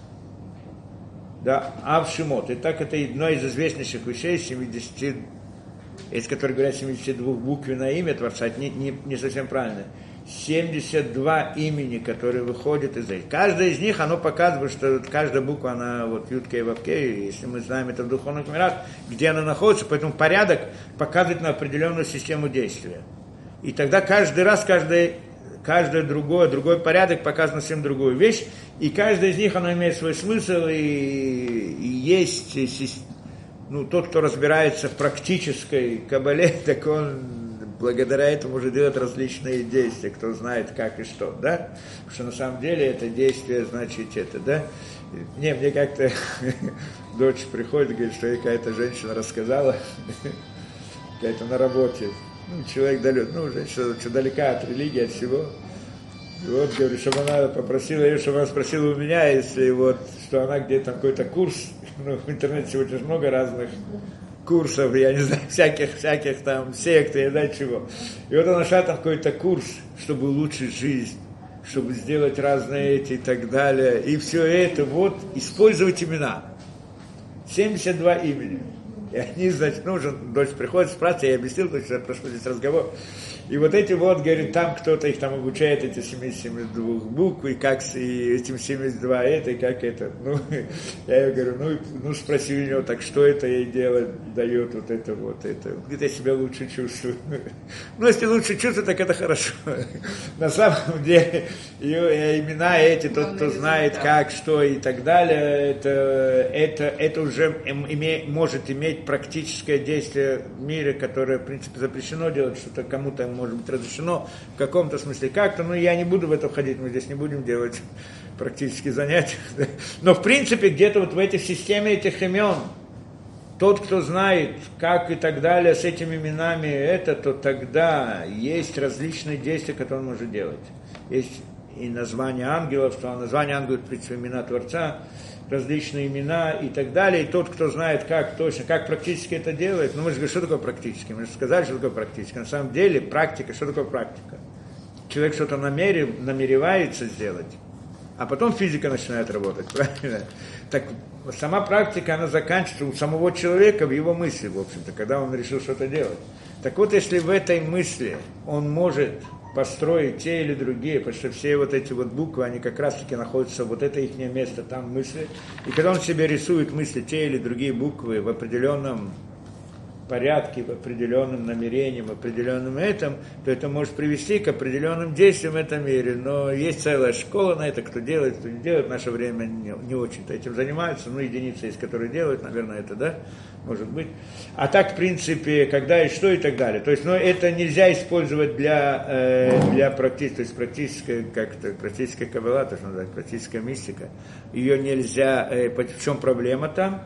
Да, Авшимот. И так это одно из известнейших вещей, 70, из которых говорят 72 буквенное имя Творца, не совсем правильно. 72 имени, которые выходят из этих. Каждая из них, оно показывает, что каждая буква, она вот Ют Кей Вав Кей, если мы знаем это в духовных мирах, где она находится, поэтому порядок показывает на определенную систему действия. И тогда каждый раз, каждое другой порядок показывает всем другую вещь, и каждая из них, она имеет свой смысл, и есть, ну, тот, кто разбирается в практической кабале, так он благодаря этому может делать различные действия, кто знает как и что, да? Потому что на самом деле это действие, значит, это, да? Мне как-то дочь приходит, говорит, что ей какая-то женщина рассказала, какая-то на работе, человек далек, женщина далека от религии, от всего. И вот, говорю, чтобы она попросила ее, чтобы она спросила у меня, если вот, что она где-то какой-то курс, в интернете сегодня же много разных курсов, я не знаю, всяких там сект, я не знаю чего. И вот она нашла там какой-то курс, чтобы улучшить жизнь, чтобы сделать разные эти и так далее. И все это вот использовать имена. 72 имени. И они, значит, дочь приходит, спрашивает, я объяснил, что прошел здесь разговор. И вот эти вот, говорит, там кто-то их там обучает, эти 72 букв, и как и этим 72 это, и как это. Я ей говорю, спроси у него, так что это ей делать, дает вот это. Говорит, я себя лучше чувствую. Если лучше чувствую, так это хорошо. На самом деле, ее имена эти, тот, кто знает, как, что и так далее, это уже может иметь практическое действие в мире, которое, в принципе, запрещено делать, что-то кому-то может быть разрешено в каком-то смысле как-то, но я не буду в это входить, мы здесь не будем делать практически занятия. Но в принципе где-то вот в этой системе этих имен, тот, кто знает, как и так далее с этими именами это, то тогда есть различные действия, которые он может делать. Есть и название ангелов, что название ангелов, в принципе, имена Творца, различные имена и так далее. И тот, кто знает, как точно, как практически это делает, ну мы же говорим, что такое практически? Мы же сказали, что такое практически. На самом деле практика, что такое практика? Человек что-то намеревается сделать, а потом физика начинает работать, правильно? Так сама практика, она заканчивается у самого человека в его мысли, в общем-то, когда он решил что-то делать. Так вот, если в этой мысли он может построить те или другие, потому что все вот эти вот буквы, они как раз-таки находятся, вот это их место, там мысли. И когда он себе рисует мысли, те или другие буквы в определенном порядке, в определенном намерении, в определенном этом, то это может привести к определенным действиям в этом мире. Но есть целая школа на это, кто делает, кто не делает. В наше время не очень-то этим занимаются. Ну, единицы есть, которые делают, наверное, это, да, может быть. А так, в принципе, когда и что и так далее. То есть, ну, это нельзя использовать для практики, то есть практическая каббала, то, что называется, практическая мистика. Ее нельзя, в чем проблема там?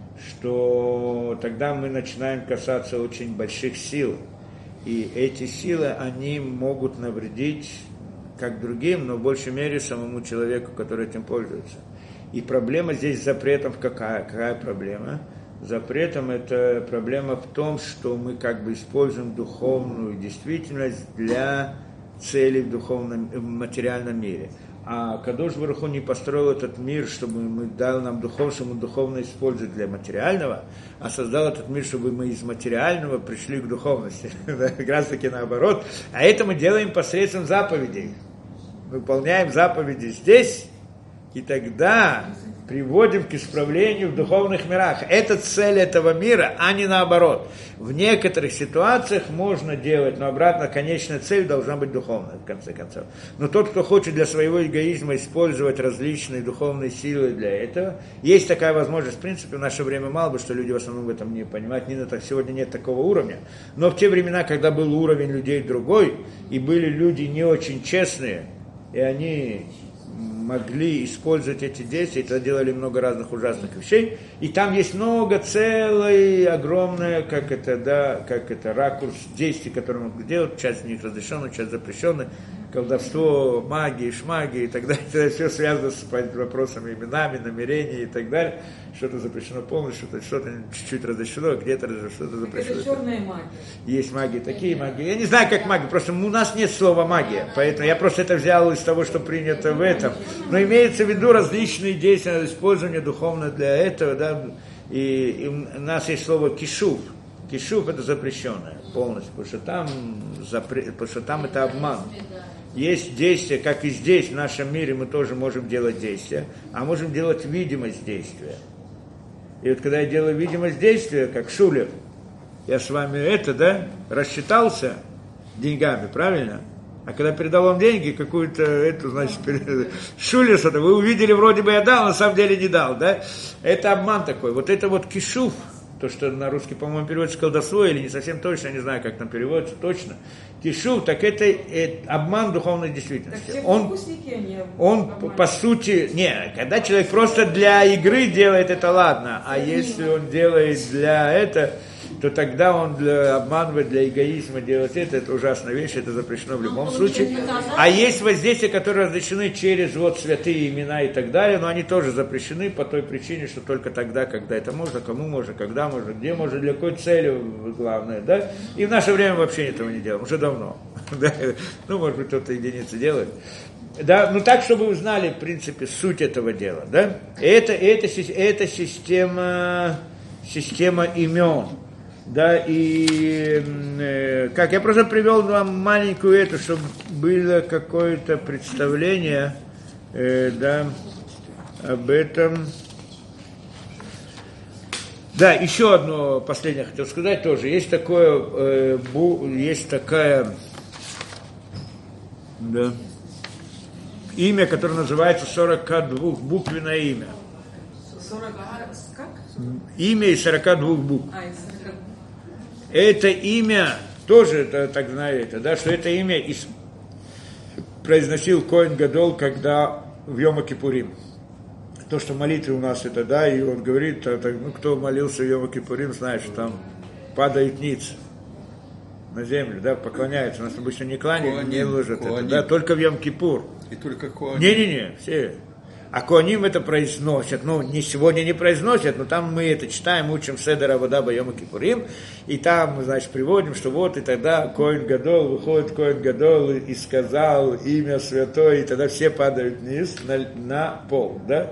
Что тогда мы начинаем касаться очень больших сил. И эти силы, они могут навредить как другим, но в большей мере самому человеку, который этим пользуется. И проблема здесь с запретом какая? Какая проблема? Запретом это проблема в том, что мы как бы используем духовную действительность для целей в материальном мире. А Кадош Барух Ху не построил этот мир, чтобы мы дал нам духовно, чтобы мы духовно использовать для материального, а создал этот мир, чтобы мы из материального пришли к духовности. Как раз таки наоборот. А это мы делаем посредством заповедей. Выполняем заповеди здесь, и тогда приводим к исправлению в духовных мирах. Это цель этого мира, а не наоборот. В некоторых ситуациях можно делать, но обратно конечная цель должна быть духовная, в конце концов. Но тот, кто хочет для своего эгоизма использовать различные духовные силы для этого, есть такая возможность. В принципе, в наше время мало бы, что люди в основном в этом не понимают. Сегодня нет такого уровня. Но в те времена, когда был уровень людей другой, и были люди не очень честные, и они могли использовать эти действия, это делали много разных ужасных вещей, и там есть много, целое, огромное, ракурс действий, которые могут делать, часть из них разрешенная, часть запрещенная, колдовство, магия, шмагия и так далее, это все связано с вопросами именами, намерениями и так далее, что-то запрещено полностью, что-то чуть-чуть разрешено, где-то что-то запрещено. Это черная магия. Есть магии такие, магии. Я не знаю, как магия, просто у нас нет слова магия, поэтому я просто это взял из того, что принято в этом. Но имеется в виду различные действия, использование духовно для этого, да, и у нас есть слово кишув. Кишув это запрещенное полностью, потому что там это обман. Есть действия, как и здесь, в нашем мире, мы тоже можем делать действия, а можем делать видимость действия. И вот когда я делаю видимость действия, как Шулер, я с вами рассчитался деньгами, правильно? А когда передал вам деньги, какую-то Шулер что-то, вы увидели, вроде бы я дал, на самом деле не дал, да? Это обман такой. Вот это вот кишув, то, что на русский, по-моему, переводится колдовство, или не совсем точно, я не знаю, как там переводится точно. Кишув, так это обман духовной действительности. Он по сути, когда человек просто для игры делает, это ладно, а если он делает для этого, то тогда он обманывает для эгоизма делать это ужасная вещь, это запрещено в любом случае. А есть воздействия, которые разрешены через святые имена и так далее, но они тоже запрещены по той причине, что только тогда, когда это можно, кому можно, когда можно, где можно, для какой цели главное, да? И в наше время вообще этого не делаем, уже давно. Ну, может быть, кто-то единицы делает. Да, ну так, чтобы вы знали, в принципе, суть этого дела, да? Это система имен. Да, и как я просто привел вам маленькую чтобы было какое-то представление, да, об этом. Да, еще одно последнее хотел сказать тоже. Есть такая, да, имя, которое называется 42-буквенное имя. 40 как? Имя из 42 букв. Это имя тоже это, так знаете, да, что это имя произносил Коэн Гадол, когда в Йом-Кипурим. То, что молитвы у нас это, да, и он говорит, ну, кто молился в Йом-Кипурим, знает, что там падает ниц на землю, да, поклоняются. У нас обычно не кланяют, не ложат это, да, только в Йом-Кипур. И только Коаним. Не-не-не, все. А Коаним это произносят, ну, не сегодня не произносят, но там мы это читаем, учим Седер Авода Бьом Кипурим, и там мы, значит, приводим, что вот и тогда Коэн Гадол, выходит Коэн Гадол и сказал имя святое, и тогда все падают вниз на пол, да?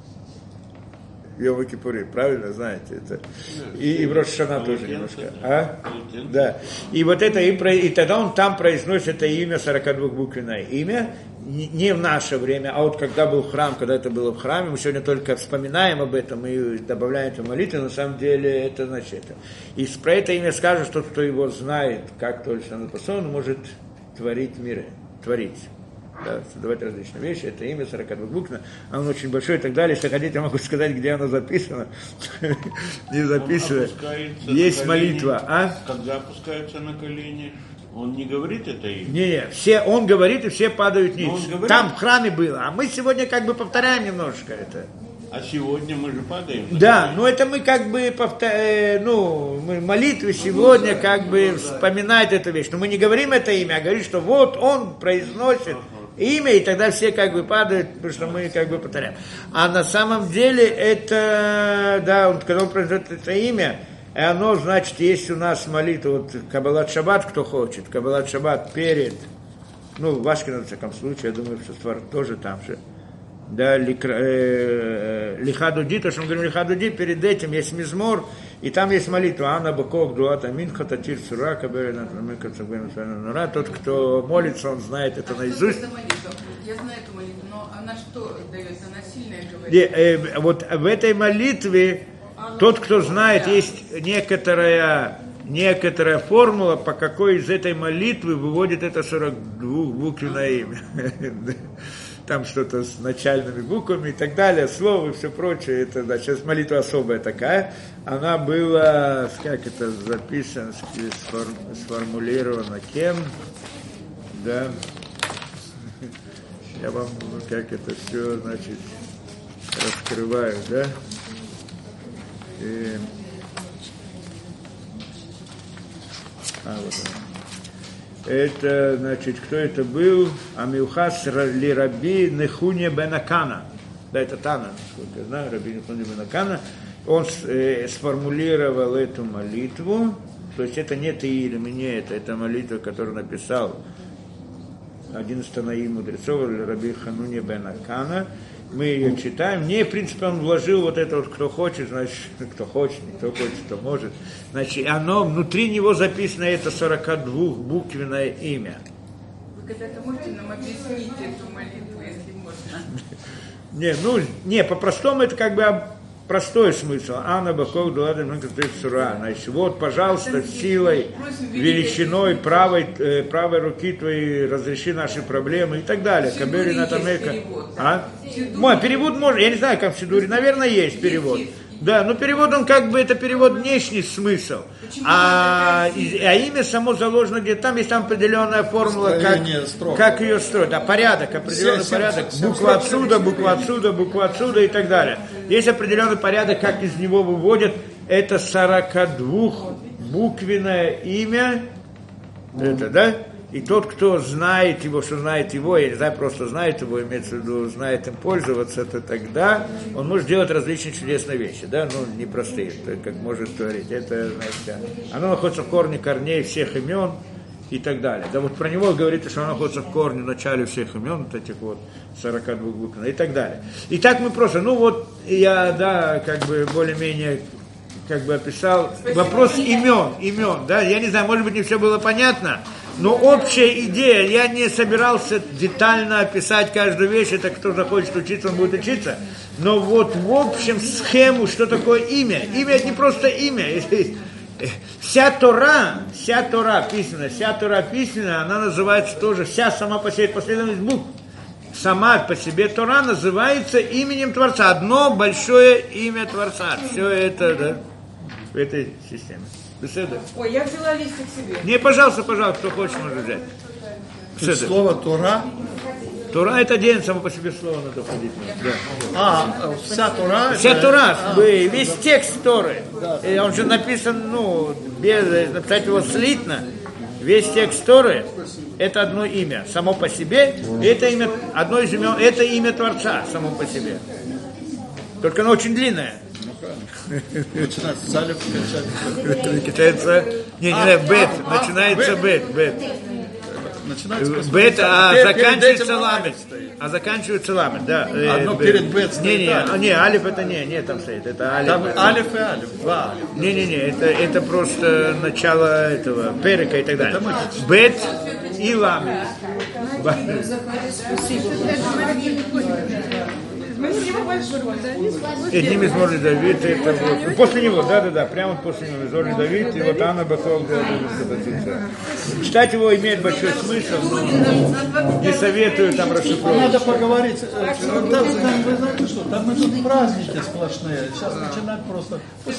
Йом Кипурим, правильно, знаете это? И в Рош Шана тоже немножко. А? Да. И вот это, и тогда он там произносит это имя, 42-буквенное имя, не в наше время, а вот когда был храм, когда это было в храме, мы сегодня только вспоминаем об этом и добавляем это в молитву, на самом деле это значит это. И про это имя скажет, что кто его знает, как только он может творить миры, творить. Да, создавать различные вещи, это имя 42 буквы, оно очень большое и так далее. Если хотите, я могу сказать, где оно записано. Не записано. Есть молитва. А? Когда опускается на колени, он не говорит это имя? Не, все, он говорит, и все падают вниз. Там в храме было, а мы сегодня как бы повторяем немножко это. А сегодня мы же падаем? Да, но это мы как бы мы молитвы сегодня как бы вспоминать эту вещь. Но мы не говорим это имя, а говорим, что вот он произносит имя, и тогда все как бы падают, потому что мы как бы повторяем. А на самом деле это, да, когда он произносит это имя, и оно, значит, есть у нас молитва, вот Каббалат Шаббат, кто хочет, Каббалат Шаббат перед, в Вашкино, в всяком случае, я думаю, что Свар тоже там же, да, Лихадуди, то, что мы говорим Лихадуди, перед этим есть мизмор, и там есть молитва, Анна Баков, Дуата Минха, Татир Сура, Каберина, Нура, тот, кто молится, он знает это наизусть. Я знаю эту молитву, но она что дает? Она сильная, говорит? Вот в этой молитве, тот, кто знает, есть некоторая формула, по какой из этой молитвы выводит это 42-буквенное имя. Там что-то с начальными буквами и так далее, слово и все прочее. Это, да, сейчас молитва особая такая. Она была, как это записано, сформулирована кем, да. Я вам, как это все, значит, раскрываю, да. Вот он. Это, значит, кто это был? Амиухас ли Раби Нехуня бен Акана. Да, это Тана, насколько я знаю, Раби Нехуня бен Акана. Он сформулировал эту молитву. То есть это не Теилим, не это молитва, которую написал один из Танаим мудрецов, Раби Хануня бен Акана. Мы ее читаем. Мне, в принципе, он вложил вот это вот, кто хочет, значит, кто хочет, не кто хочет, кто может. Значит, оно, внутри него записано это 42-буквенное имя. Вы когда-то можете нам объяснить эту молитву, если можно? Не, по-простому это как бы простой смысл. Анна Бахов Дуада Сура. Значит, вот, пожалуйста, силой, величиной правой руки твоей разреши наши проблемы и так далее. Каберина Тамека. Мой перевод может, я не знаю, как в Сидуре, наверное, есть перевод. Да, но перевод, он как бы, это перевод внешний смысл. А имя само заложено где-то там, есть там определенная формула, как ее строить. Да, порядок, определенный порядок. Буква отсюда и так далее. Есть определенный порядок, как из него выводят. Это 42-буквенное имя. Это, да? И тот, кто знает его, что знает его, я не знаю, просто знает его, имеется в виду, знает им пользоваться, то тогда он может делать различные чудесные вещи, да, непростые, как может творить. Это, значит, оно находится в корне корней всех имен и так далее. Да вот про него говорится, что оно находится в корне, в начале всех имен, вот этих вот 42 букв и так далее. И так мы просто, я, да, как бы более-менее как бы описал. Спасибо. Вопрос имен, да, я не знаю, может быть, не все было понятно, но общая идея, я не собирался детально описать каждую вещь, это кто захочет учиться, он будет учиться, но вот в общем схему, что такое имя. Имя это не просто имя, вся Тора письменная, она называется тоже, вся сама по себе последовательность букв, сама по себе Тора называется именем Творца, одно большое имя Творца, все это, да, в этой системе. Беседа. Ой, я взяла листик себе. Не, пожалуйста, кто хочет, может взять. Тут Беседа. слово Тора. Тора это один, само по себе слово надо входить. Да. Вся Тора. Вся Тора, весь текст Торы. И он же написан, без написать его слитно. Весь текст Торы это одно имя, само по себе. И это имя, одно из имен, это имя Творца, само по себе. Только оно очень длинное. Начинается с алиф, Китается, бет, начинается бет. начинается Бет, а Перед заканчивается этим ламет. А заканчивается ламет, да. Одно перед бет стоит алиф. Не, алиф это не, там стоит, это алиф. Там алиф и алиф, два алиф. Не, это просто начало этого перека и так далее. Бет и ламет. Одним Мизмор Давид, это вот. После него, да, прямо после него Мизмор Давид, и вот Анна Баков. Читать его имеет большой смысл, но не советую там расшифровывать. Надо поговорить. Там, вы знаете что, там идут праздники сплошные. Сейчас начинать просто...